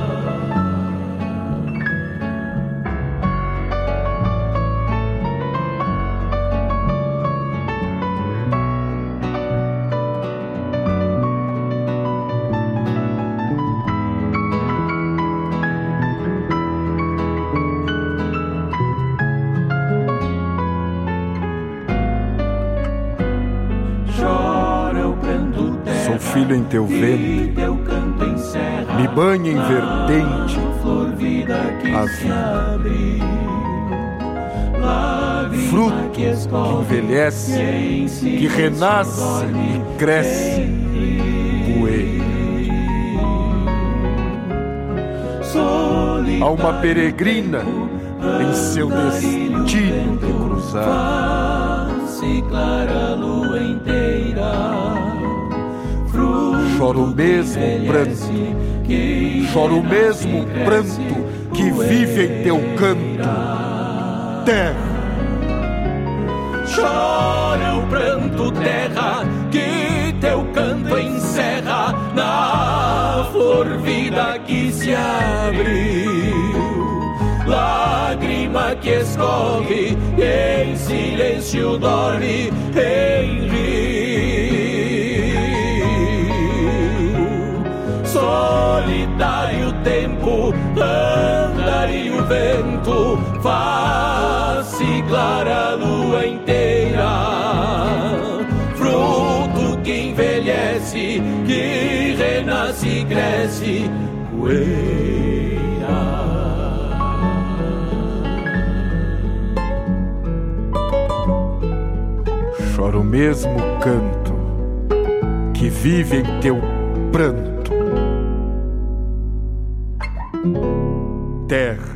[SPEAKER 17] Filho em teu ventre, me banha em vertente a vida. Fruto que envelhece, que renasce e cresce, poeira. Alma peregrina em seu destino de cruzar, choro o mesmo pranto, choro o mesmo pranto que vive em teu canto, terra.
[SPEAKER 16] Chora o pranto, terra, que teu canto encerra na flor vida que se abriu. Lágrima que escorre e em silêncio dorme em rio. Solitário tempo, andarilho vento, face clara lua inteira, fruto que envelhece, que renasce e cresce, poeira.
[SPEAKER 17] Chora o mesmo canto que vive em teu pranto, terra.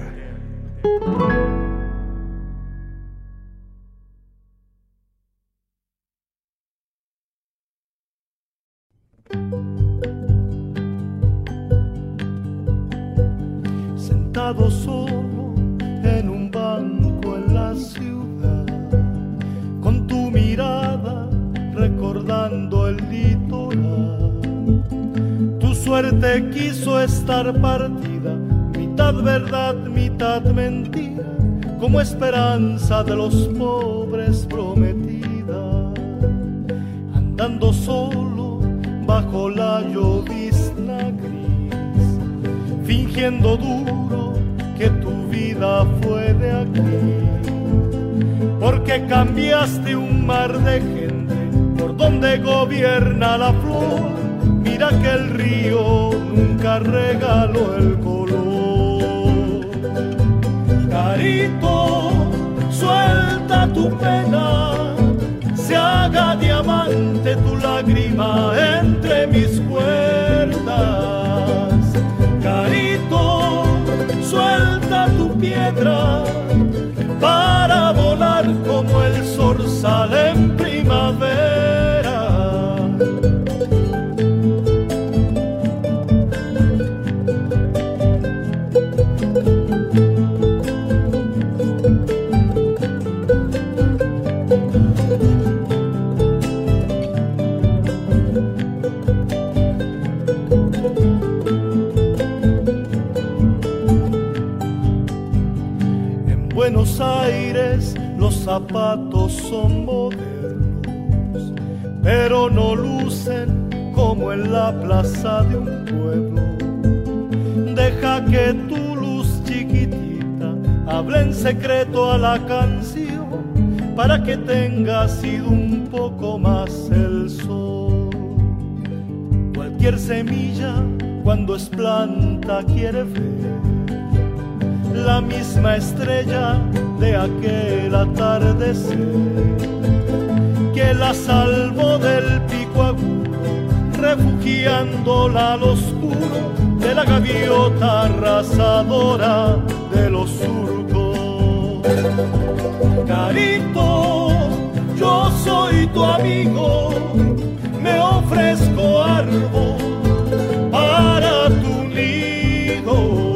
[SPEAKER 10] sentado solo en un banco en la ciudad, con tu mirada recordando el litoral. Tu suerte quiso estar partida, mitad verdad, mitad mentira, como esperanza de los pobres prometida. Andando solo bajo la llovizna gris, fingiendo duro que tu vida fue de aquí, porque cambiaste un mar de gente por donde gobierna la flor. Mira que el río nunca regaló el color. Carito, suelta tu pena, se haga diamante tu lágrima entre mis cuerdas. Carito, suelta tu piedra para volar como el zorzal en primavera. Buenos Aires los zapatos son modernos, pero no lucen como en la plaza de un pueblo. Deja que tu luz chiquitita hable en secreto a la canción, para que tenga sido un poco más el sol. Cualquier semilla cuando es planta quiere ver la misma estrella de aquel atardecer que la salvó del pico agudo, refugiándola al oscuro de la gaviota arrasadora de los surcos. Carito, yo soy tu amigo, me ofrezco árbol para tu nido.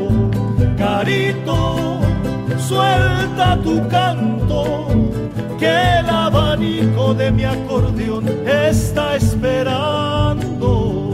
[SPEAKER 10] Carito, suelta tu canto, que el abanico de mi acordeón está esperando.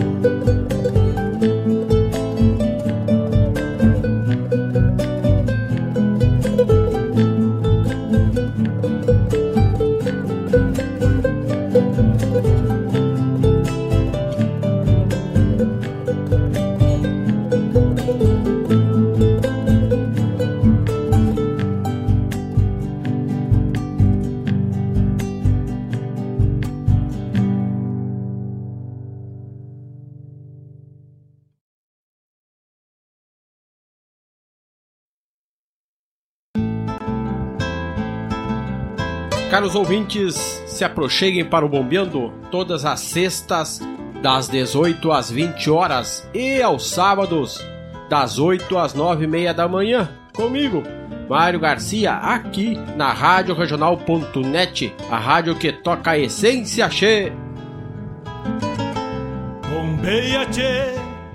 [SPEAKER 18] Caros ouvintes, se aproxeguem para o Bombeando todas as sextas das dezoito às vinte horas e aos sábados das oito às nove e meia da manhã, comigo, Mário Garcia, aqui na rádio regional ponto net, a rádio que toca a essência, che.
[SPEAKER 10] Bombeia, che.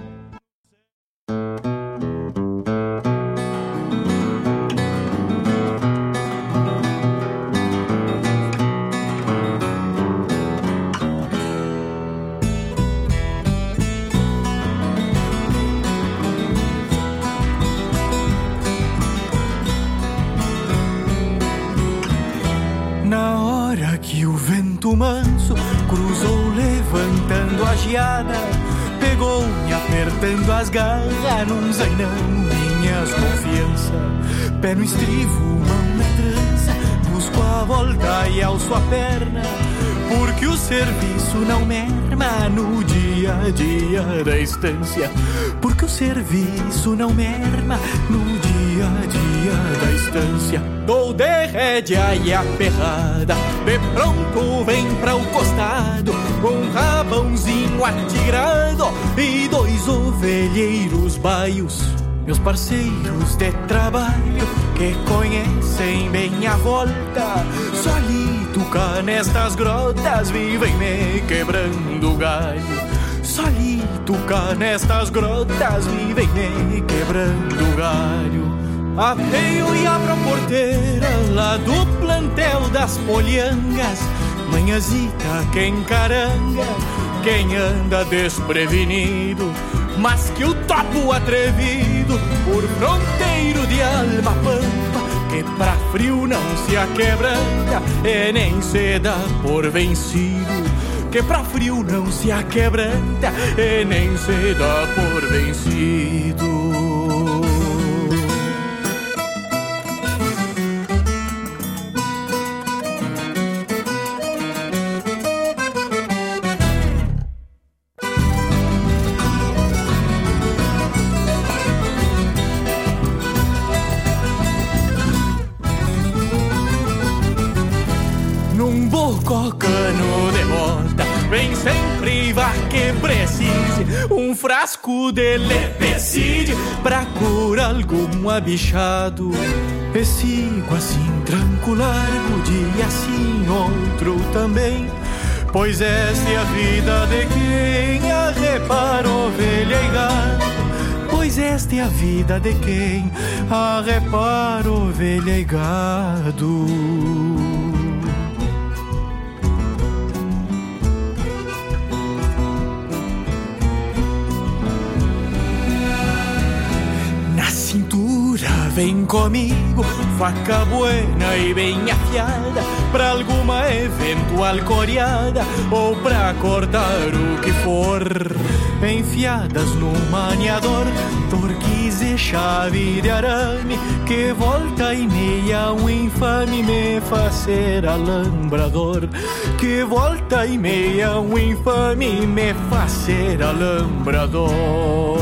[SPEAKER 10] Manso cruzou levantando a geada, pegou-me apertando as garras num zainão, minhas confiança. Pé no estrivo, mão na trança, busco a volta e alço a perna, porque o serviço não merma no dia a dia da estância. Porque o serviço não merma no dia a dia da estância. Dou de rédea e aperrada, de pronto vem pra o costado, um rabãozinho atigrado e dois ovelheiros baios, meus parceiros de trabalho que conhecem bem a volta. Solito cá nestas grotas vivem me quebrando galho. solito cá nestas grotas vivem me quebrando galho. Apeio e abro a porteira lá do plantel das polhangas. Manhãzita quem caranga, quem anda desprevenido, mas que o topo atrevido por fronteiro de alma pampa, que pra frio não se aquebranta e nem se dá por vencido, que pra frio não se aquebranta e nem se dá por vencido. Cano de bota, vem sempre vá que precise um frasco de lepecide pra curar algum abichado. E sigo assim tranco largo, dia assim outro também, pois esta é a vida de quem arrepara ovelha e gado. Pois esta é a vida de quem arrepara ovelha e gado. Vem comigo, faca buena e bem afiada, pra alguma eventual coreada ou pra cortar o que for. Enfiadas no maniador, torquis e chave de arame, que volta e meia um infame me faz ser alambrador. Que volta e meia um infame me faz ser alambrador.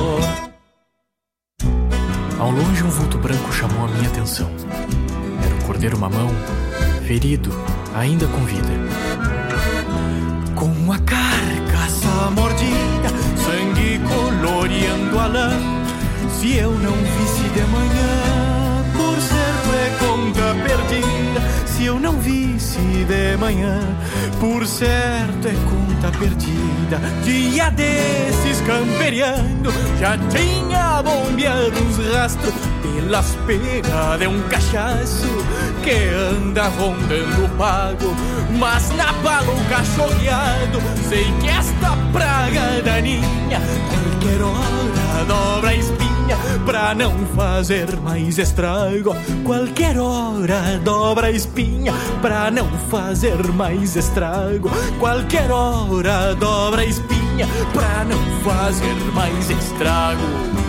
[SPEAKER 19] Ao longe um vulto branco chamou a minha atenção. Era o cordeiro mamão, ferido, ainda com vida.
[SPEAKER 10] Com a carcaça mordida, sangue coloreando a lã. Se eu não visse de manhã, por certo é conta perdida. Se eu não visse de manhã, por certo é conta perdida. Dia desses camperiando, já tinha bombeado uns rastros pelas pegas de um cachaço que anda rondando o pago. Mas na bala o cachorreado, sei que esta praga daninha qualquer hora dobra a espinha pra não fazer mais estrago. Qualquer hora dobra a espinha pra não fazer mais estrago. Qualquer hora dobra a espinha pra não fazer mais estrago.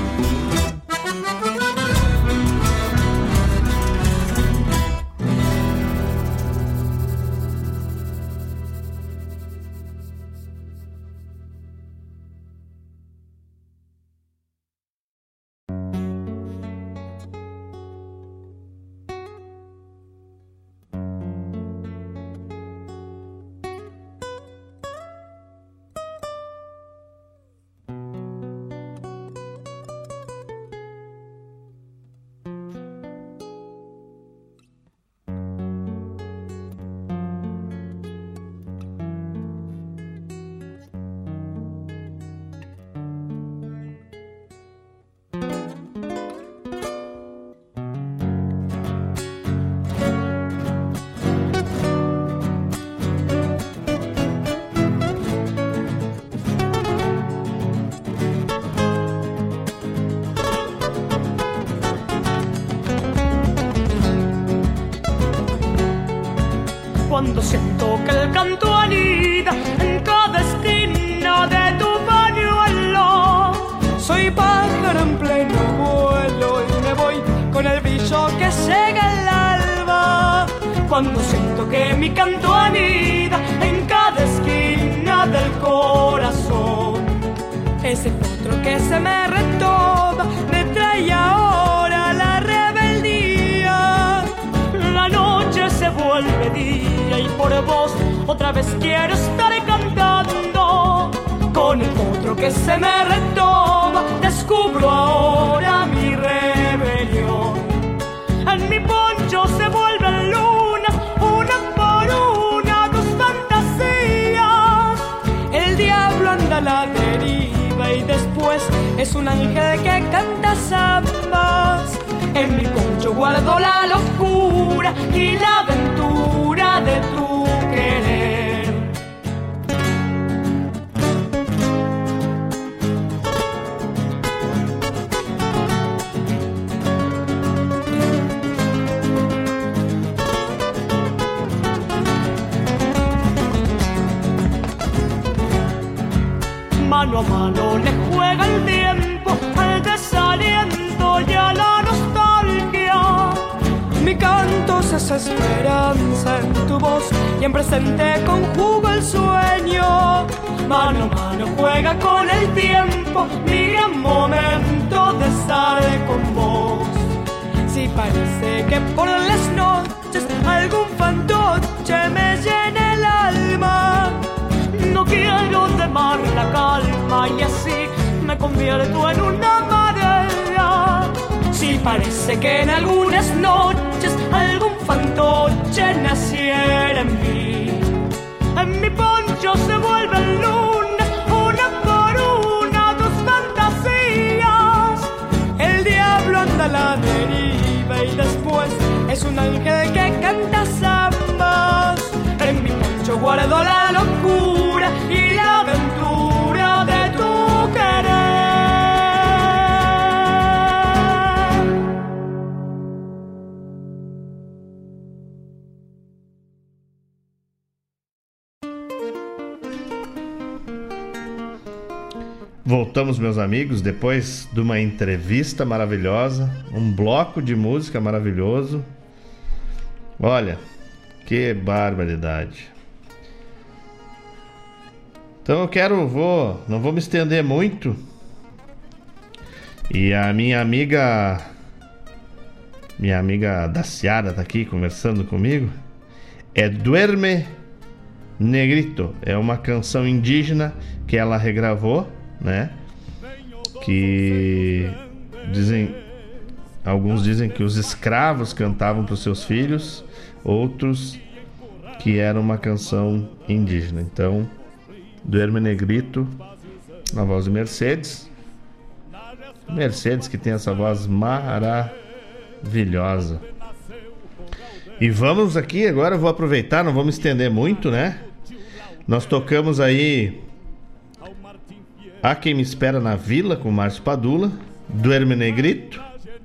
[SPEAKER 20] Cuando siento que el canto anida en cada esquina de tu pañuelo, soy pájaro en pleno vuelo y me voy con el brillo que llega el alba. Cuando siento que mi canto anida en cada esquina del corazón, ese potro que se me retoma me trae ahora la rebeldía. La noche se vuelve día y por vos otra vez quiero estar cantando. Con el potro que se me retoma descubro ahora mi rebelión. En mi poncho se vuelven lunas, una por una, dos fantasías. El diablo anda a la es un ángel que canta zambas. En mi poncho guardo la locura y la aventura de tu querer. Mano a mano le juega el tiempo al desaliento y a la nostalgia. Mi canto es esa esperanza en tu voz y en presente conjuga el sueño. Mano a mano juega con el tiempo mi gran momento de estar con vos. Si parece que por las noches algún fantoche me llena el alma, no quiero temar la calma y así me convierto en una marea. Si parece que en algunas noches algún fantoche naciera en mí, en mi poncho se vuelven lunas, una por una, dos fantasías. El diablo anda a la deriva y después es un ángel que canta zambas. En mi poncho guardo la locura y la aventura de tu querer.
[SPEAKER 3] Voltamos, meus amigos, depois de uma entrevista maravilhosa, um bloco de música maravilhoso. Olha, que barbaridade. Então eu quero, vou, não vou me estender muito. E a minha amiga, minha amiga Daciara tá aqui conversando comigo. É Duerme Negrito, é uma canção indígena que ela regravou, né? Que dizem, alguns dizem que os escravos cantavam para os seus filhos, outros que era uma canção indígena. Então, Duerme Negrito, na voz de Mercedes. Mercedes, que tem essa voz maravilhosa. E vamos aqui agora, eu vou aproveitar, não vou me estender muito, né? Nós tocamos aí Há Quem Me Espera na Vila, com Márcio Padula, Duerme Negrito.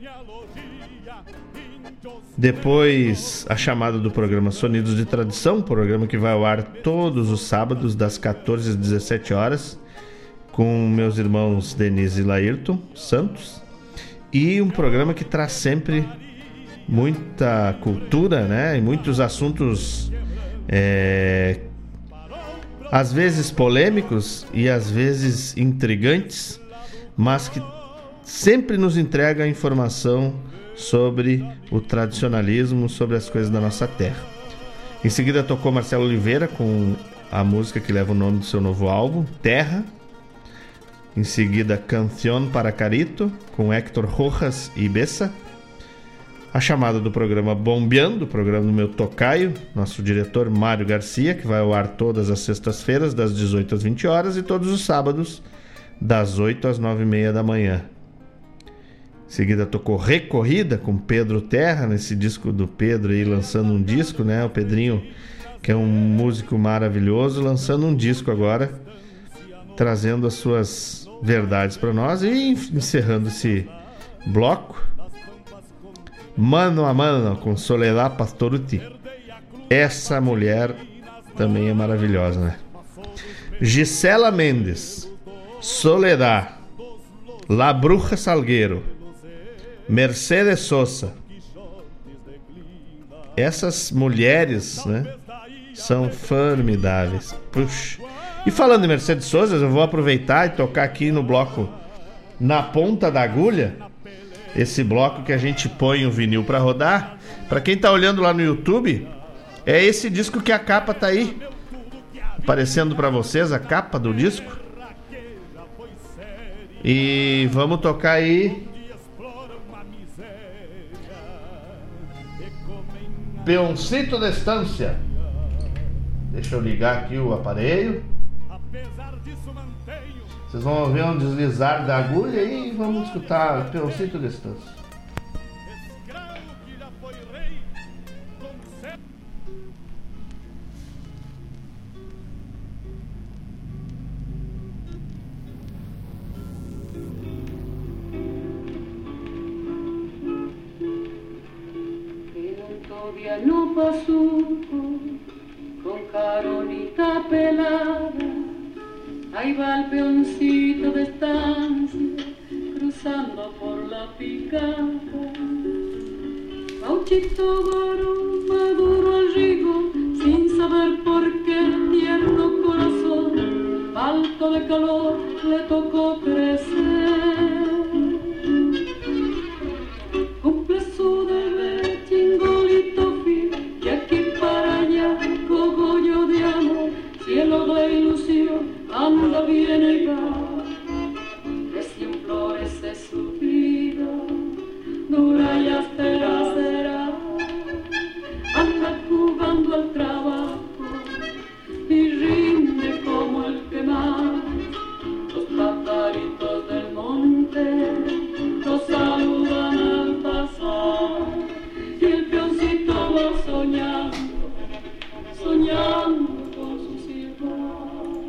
[SPEAKER 3] Depois, a chamada do programa Sonidos de Tradição, programa que vai ao ar todos os sábados, das quatorze às dezessete horas, com meus irmãos Denise e Laírton Santos. E um programa que traz sempre muita cultura, né? E muitos assuntos, é, às vezes polêmicos e às vezes intrigantes, mas que sempre nos entrega a informação sobre o tradicionalismo, sobre as coisas da nossa terra. Em seguida tocou Marcelo Oliveira com a música que leva o nome do seu novo álbum, Terra. Em seguida, Canción para Carito, com Héctor Rojas e Bessa. A chamada do programa Bombeando, o programa do meu tocaio, nosso diretor Mário Garcia, que vai ao ar todas as sextas-feiras, das dezoito às vinte horas, e todos os sábados, das oito às nove e meia da manhã. Em seguida tocou Recorrida com Pedro Terra, nesse disco do Pedro aí, lançando um disco, né? O Pedrinho, que é um músico maravilhoso, lançando um disco agora, trazendo as suas verdades para nós. E encerrando esse bloco, Mano a Mano com Soledad Pastoruti. Essa mulher também é maravilhosa, né? Gisela Mendes, Soledad, La Bruja Salgueiro, Mercedes Sosa. Essas mulheres, né, são formidáveis. Puxa. E falando em Mercedes Sosa, eu vou aproveitar e tocar aqui no bloco Na Ponta da Agulha, esse bloco que a gente põe o vinil para rodar. Para quem tá olhando lá no YouTube, é esse disco que a capa tá aí aparecendo para vocês, a capa do disco. E vamos tocar aí Peoncito de Estância. Deixa eu ligar aqui o aparelho. Vocês vão ouvir um deslizar da agulha e vamos escutar Peãozito Descanso.
[SPEAKER 14] No pasuco, con caronita pelada, ahí va el peoncito de estancia, cruzando por la picada. Gauchito varón, maduro al rigo, sin saber por qué el tierno corazón, falto de calor, le tocó crecer. Cumple su deber, chingolito, y aquí para allá, cogollo de amor, cielo de ilusión, anda, viene y va. Recién florece su vida, dura y áspera será. Anda jugando al trabajo y rinde como el que más. Los pajaritos del monte los saludan al pasar. Y el peoncito va soñando, soñando con su silbar.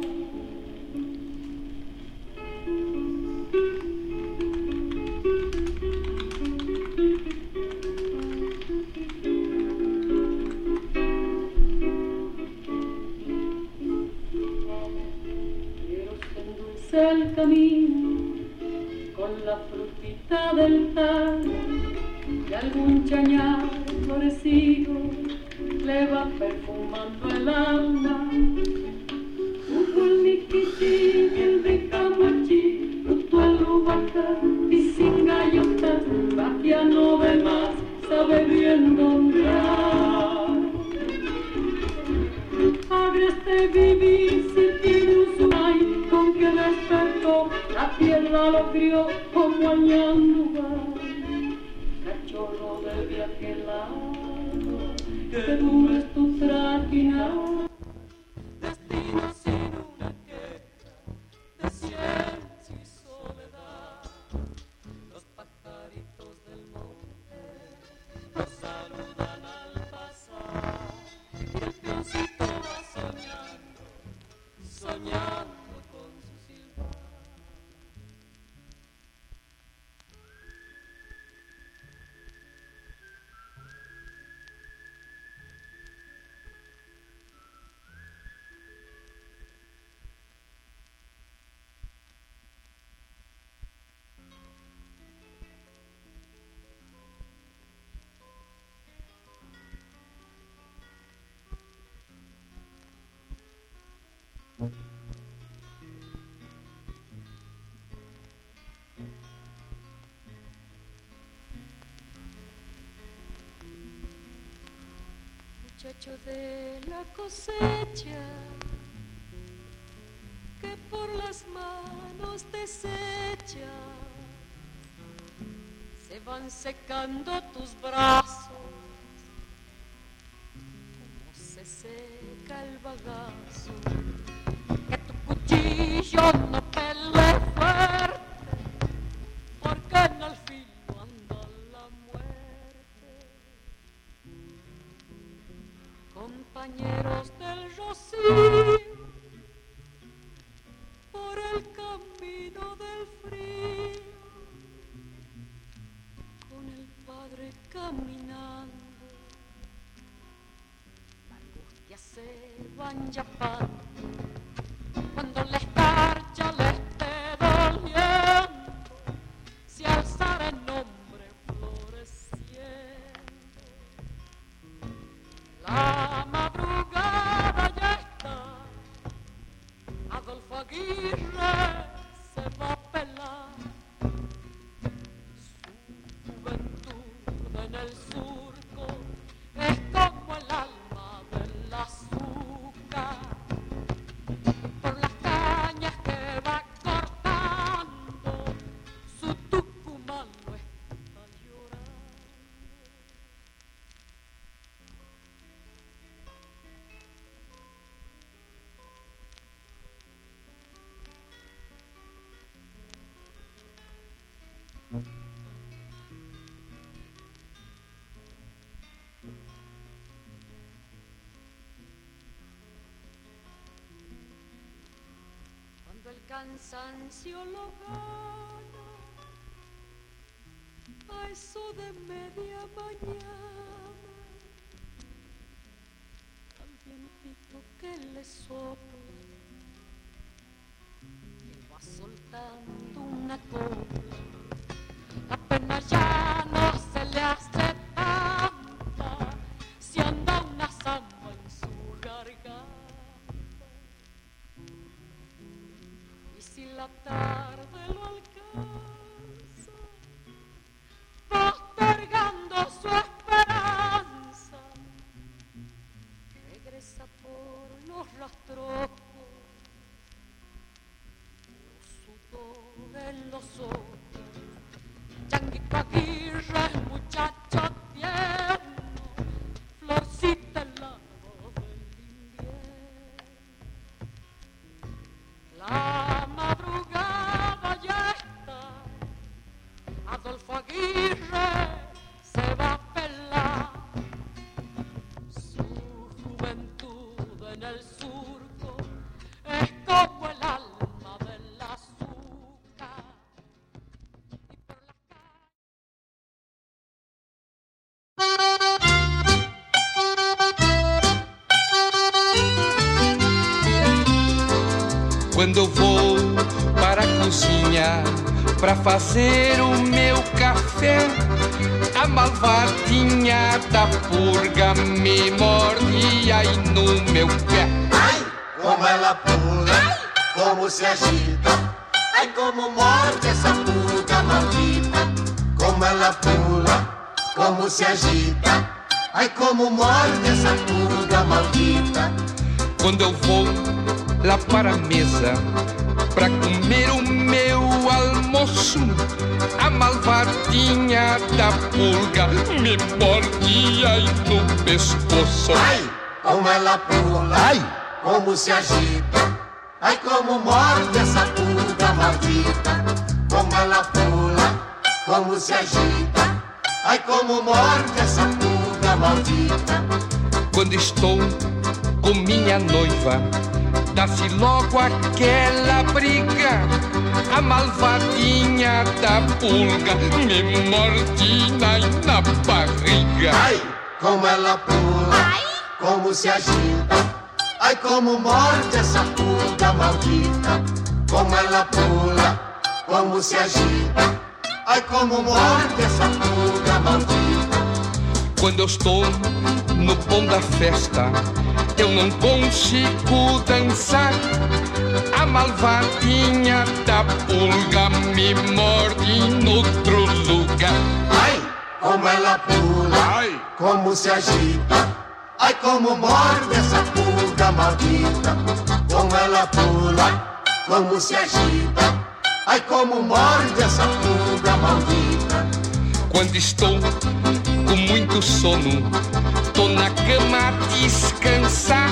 [SPEAKER 14] Quiero se endulce el camino con la frutita del tal y algún chañar florecido le va perfumando el alma. Hubo el miquitín, el becamachí, fruto el rubaca y sin gallotas, ya no ve más, sabe bien dónde hay. Agreste vivir si tiene un suay, con que despertó, la tierra lo crió como el ñandúa. Cachorro del viaje largo, que duro es tu tráquina. Destino sin una queja, de ciencia y soledad. Los pajaritos del monte nos saludan al pasar. Y el peoncito va soñando, soñando con su silbar. Muchacho de la cosecha que por las manos desecha, se van secando tus brazos como se seca el bagazo. Que tu cuchillo no pele fuerte, porque en el filo anda la muerte. Compañeros del rocío, por el camino del frío, con el padre caminando, la angustia se van yapando. Cuando la escarcha le esté doliendo, se alzará el nombre floreciendo. La madrugada ya está, Adolfo Aguirre se va a pelar. Su juventud en el surco es como el alma del azúcar. cansancio lo gana a eso de media mañana, al vientito que le sopla y va soltando una copla, apenas ya no se le hace tanta, si anda una samba en su garganta. Si la tarde lo alcanza, postergando su esperanza, regresa por los rastrojos, sudor en los ojos, Changuito Aguirre, muchacho tierno, florcita helada del invierno. La madrugada ya está, Adolfo Aguirre se va a pelar, su juventud en el surco es como el alma del azúcar. Y por las
[SPEAKER 21] Quando eu vou para a cozinha para fazer o meu café, a malvadinha da purga me morde aí no meu pé.
[SPEAKER 22] Ai, como ela pula, ai, como se agita, ai, como morde essa purga maldita. Como ela pula, como se agita, ai, como morde essa purga maldita.
[SPEAKER 21] Quando eu vou lá para a mesa pra comer o meu almoço, a malvadinha da pulga me morde aí no pescoço.
[SPEAKER 22] Ai, como ela pula, ai, como se agita, ai, como morde essa pulga maldita. Como ela pula, como se agita, ai, como morde essa pulga maldita.
[SPEAKER 21] Quando estou com minha noiva, dá-se logo aquela briga, a malvadinha da pulga me morde aí na barriga.
[SPEAKER 22] Ai, como ela pula, ai, como se agita, ai, como morde essa pulga maldita. Como ela pula, como se agita, ai, como morde essa pulga maldita.
[SPEAKER 21] Quando eu estou no pão da festa, eu não consigo dançar, a malvadinha da pulga me morde em outro lugar.
[SPEAKER 22] Ai, como ela pula, ai, como se agita, ai, como morde essa pulga maldita. Como ela pula, como se agita, ai, como morde essa pulga maldita.
[SPEAKER 21] Quando estou com muito sono, tô na cama a descansar,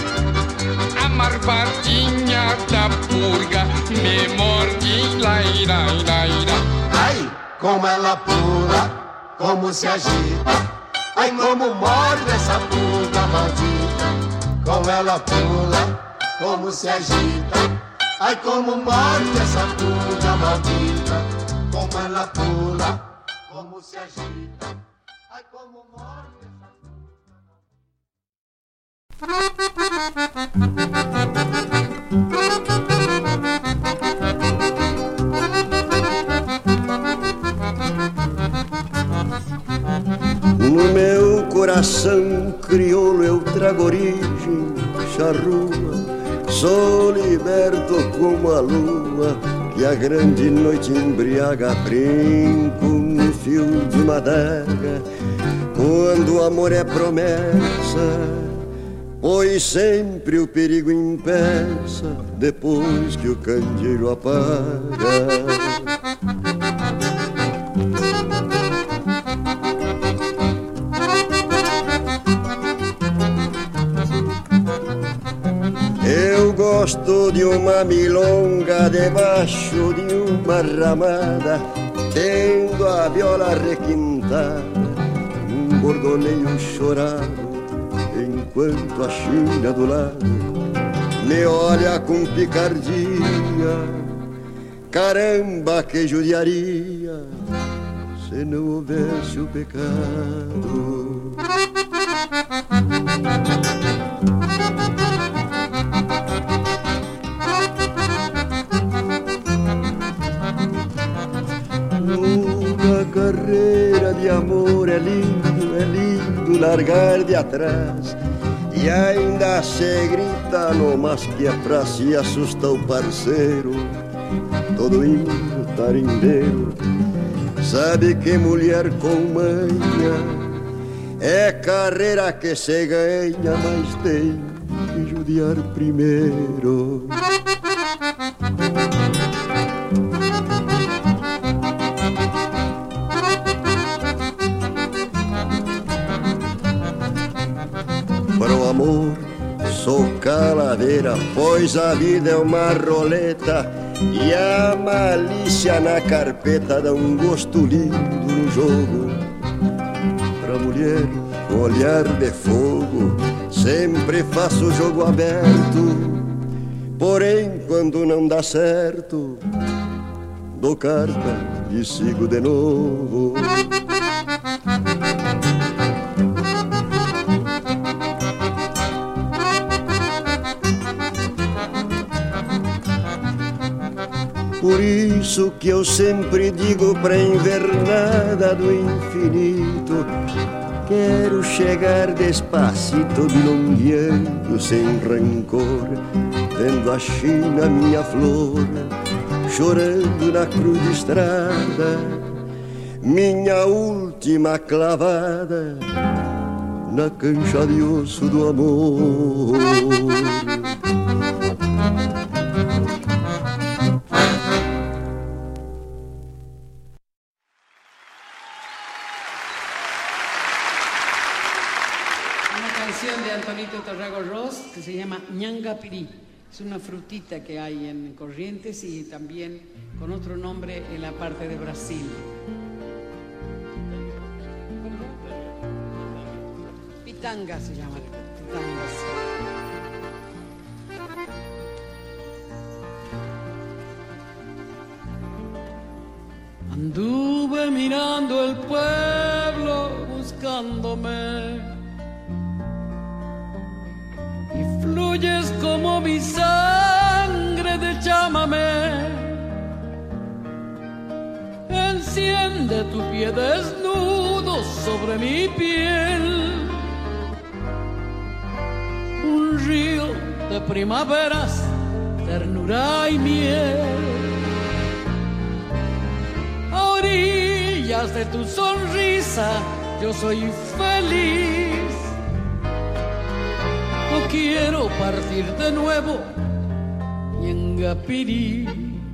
[SPEAKER 21] a malvadinha da purga me morde, laira, laira.
[SPEAKER 22] Ai, como ela pula, como se agita, ai, como morde essa pulga maldita. Como ela pula, como se agita, ai, como morde essa pulga maldita. Como ela pula, como se agita, ai, como morde essa
[SPEAKER 23] No meu coração crioulo eu trago origem charrua, sou liberto como a lua que a grande noite embriaga. Brinco no fio de uma adaga quando o amor é promessa, pois sempre o perigo impeça depois que o candeeiro apaga. Eu gosto de uma milonga debaixo de uma ramada, tendo a viola requintada, um bordoneio chorado, enquanto a China do lado me olha com picardia, Caramba, que judiaria se não houvesse o pecado. Uma carreira de amor é lindo, é lindo largar de atrás. E ainda se grita no mas que é pra se assustar o parceiro. Todo índio tarimbeiro sabe que mulher com manha é carreira que se ganha, mas tem que judiar primeiro. Pro amor sou calaveira, pois a vida é uma roleta e a malícia na carpeta dá um gosto lindo no jogo. Pra mulher com olhar de fogo sempre faço o jogo aberto, porém quando não dá certo dou carta e sigo de novo. Por isso que eu sempre digo pra invernada do infinito, quero chegar despacito, milongueando sem rancor, vendo a China, minha flor, chorando na cruz de estrada, minha última clavada na cancha de osso do amor.
[SPEAKER 1] Que se llama ñangapirí. Es una frutita que hay en Corrientes y también con otro nombre en la parte de Brasil. Pitanga se llama. Pitangas.
[SPEAKER 14] Anduve mirando el pueblo buscándome, y fluyes como mi sangre de chamamé. Enciende tu pie desnudo sobre mi piel, un río de primaveras, ternura y miel. A orillas de tu sonrisa yo soy feliz. No quiero partir de nuevo, ñangapirí,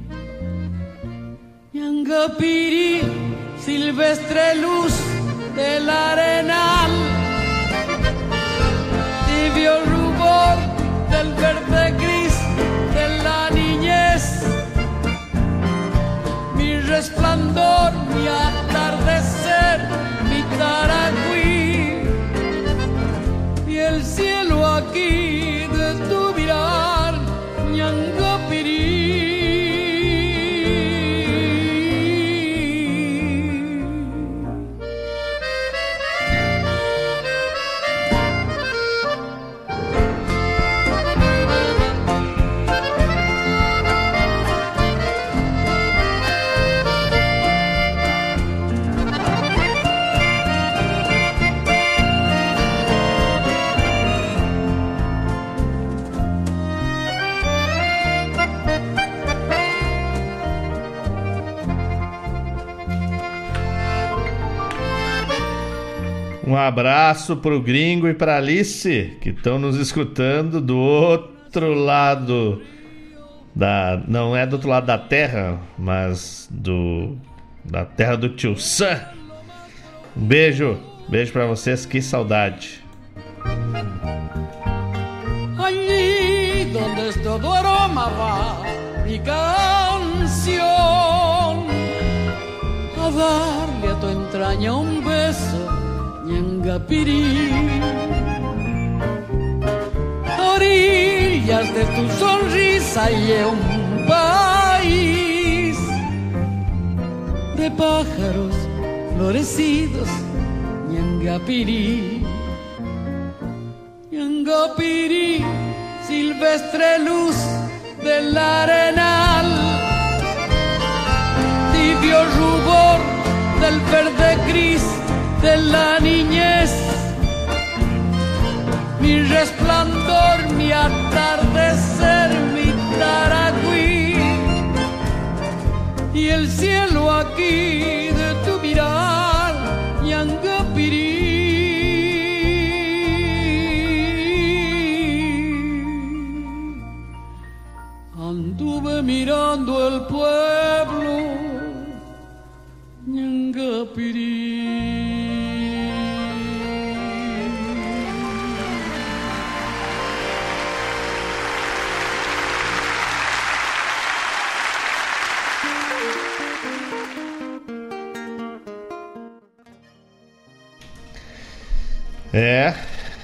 [SPEAKER 14] ñangapirí, silvestre luz del arenal, tibio rubor del verde gris de la niñez, mi resplandor, mi atardecer, mi taragüí, y el cielo aquí de tu mirar, ñangapirí.
[SPEAKER 3] Um abraço pro Gringo e pra Alice, que estão nos escutando do outro lado da... Não é do outro lado da terra, mas do... da terra do Tio Sam. Um beijo, beijo pra vocês, que saudade.
[SPEAKER 14] Allí donde todo aroma va mi canción, a darle a tu entraña un beso, ñangapirí. A orillas de tu sonrisa y un país
[SPEAKER 1] de pájaros florecidos, Ñangapirí, Ñangapirí, silvestre luz del arenal, tibio rubor del verde gris de la niñez, mi resplandor, mi atardecer, mi taragüí, y el cielo aquí de tu mirar, Ñangapirí. Anduve mirando el pueblo, Ñangapirí.
[SPEAKER 3] É,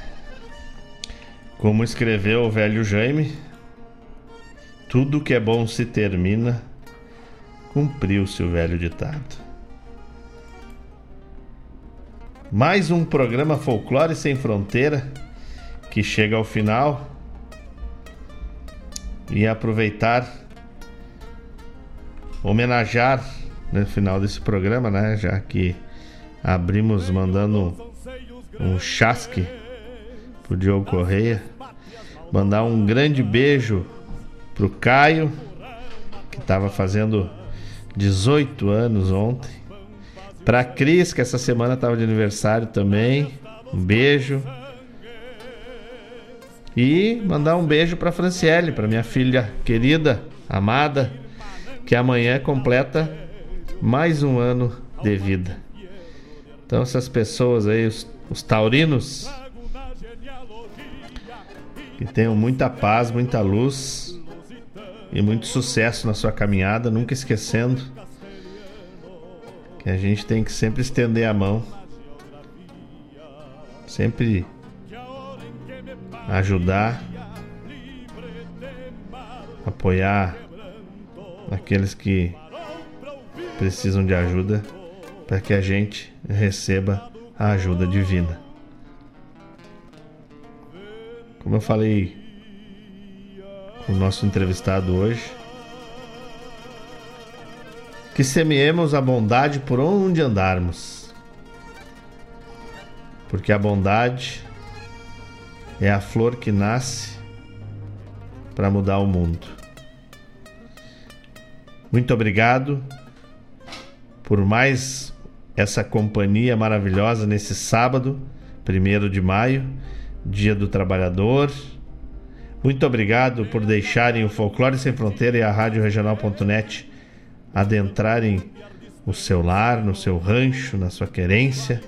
[SPEAKER 3] como escreveu o velho Jaime, tudo que é bom se termina, cumpriu-se o velho ditado. Mais um programa Folclore Sem Fronteira que chega ao final, e aproveitar, homenagear no final desse programa, né, já que abrimos mandando um chasque pro Diogo Correia, mandar um grande beijo pro Caio, que estava fazendo dezoito anos ontem, pra Cris, que essa semana estava de aniversário também, um beijo, e mandar um beijo pra Franciele, pra minha filha querida, amada, que amanhã completa mais um ano de vida. Então essas pessoas aí, os Os taurinos, que tenham muita paz, muita luz e muito sucesso na sua caminhada, nunca esquecendo que a gente tem que sempre estender a mão, sempre ajudar, apoiar aqueles que precisam de ajuda, para que a gente receba a ajuda divina. Como eu falei com o nosso entrevistado hoje, que semeemos a bondade por onde andarmos, porque a bondade é a flor que nasce para mudar o mundo. Muito obrigado por mais essa companhia maravilhosa nesse sábado, primeiro de maio, Dia do Trabalhador. Muito obrigado por deixarem o Folclore Sem Fronteira e a Rádio Regional ponto net adentrarem o seu lar, no seu rancho, na sua querência.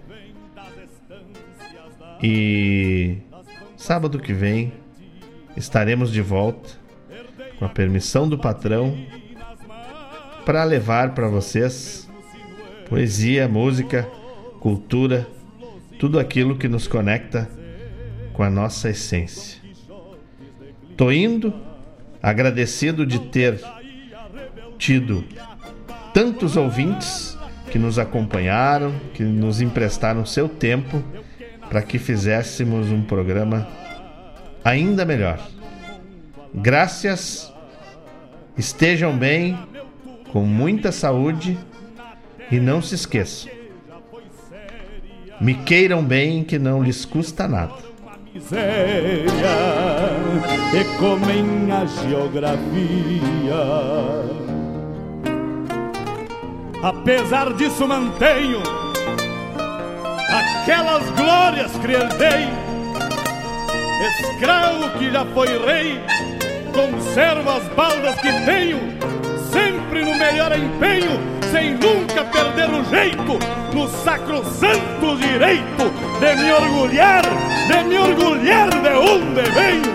[SPEAKER 3] E sábado que vem estaremos de volta, com a permissão do patrão, para levar para vocês poesia, música, cultura, tudo aquilo que nos conecta com a nossa essência. Tô indo, agradecido de ter tido tantos ouvintes que nos acompanharam, que nos emprestaram seu tempo para que fizéssemos um programa ainda melhor. Graças, estejam bem, com muita saúde. E não se esqueçam, me queiram bem, que não lhes custa nada.
[SPEAKER 2] Miséria e comem a geografia. Apesar disso mantenho aquelas glórias que herdei. Escravo que já foi rei, conservo as baldas que tenho, sempre no melhor empenho, sem nunca perder o jeito, no sacrosanto direito de me orgulhar, de me orgulhar de onde venho.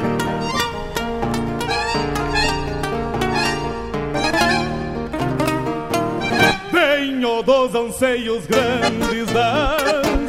[SPEAKER 2] Venho dos anseios grandes das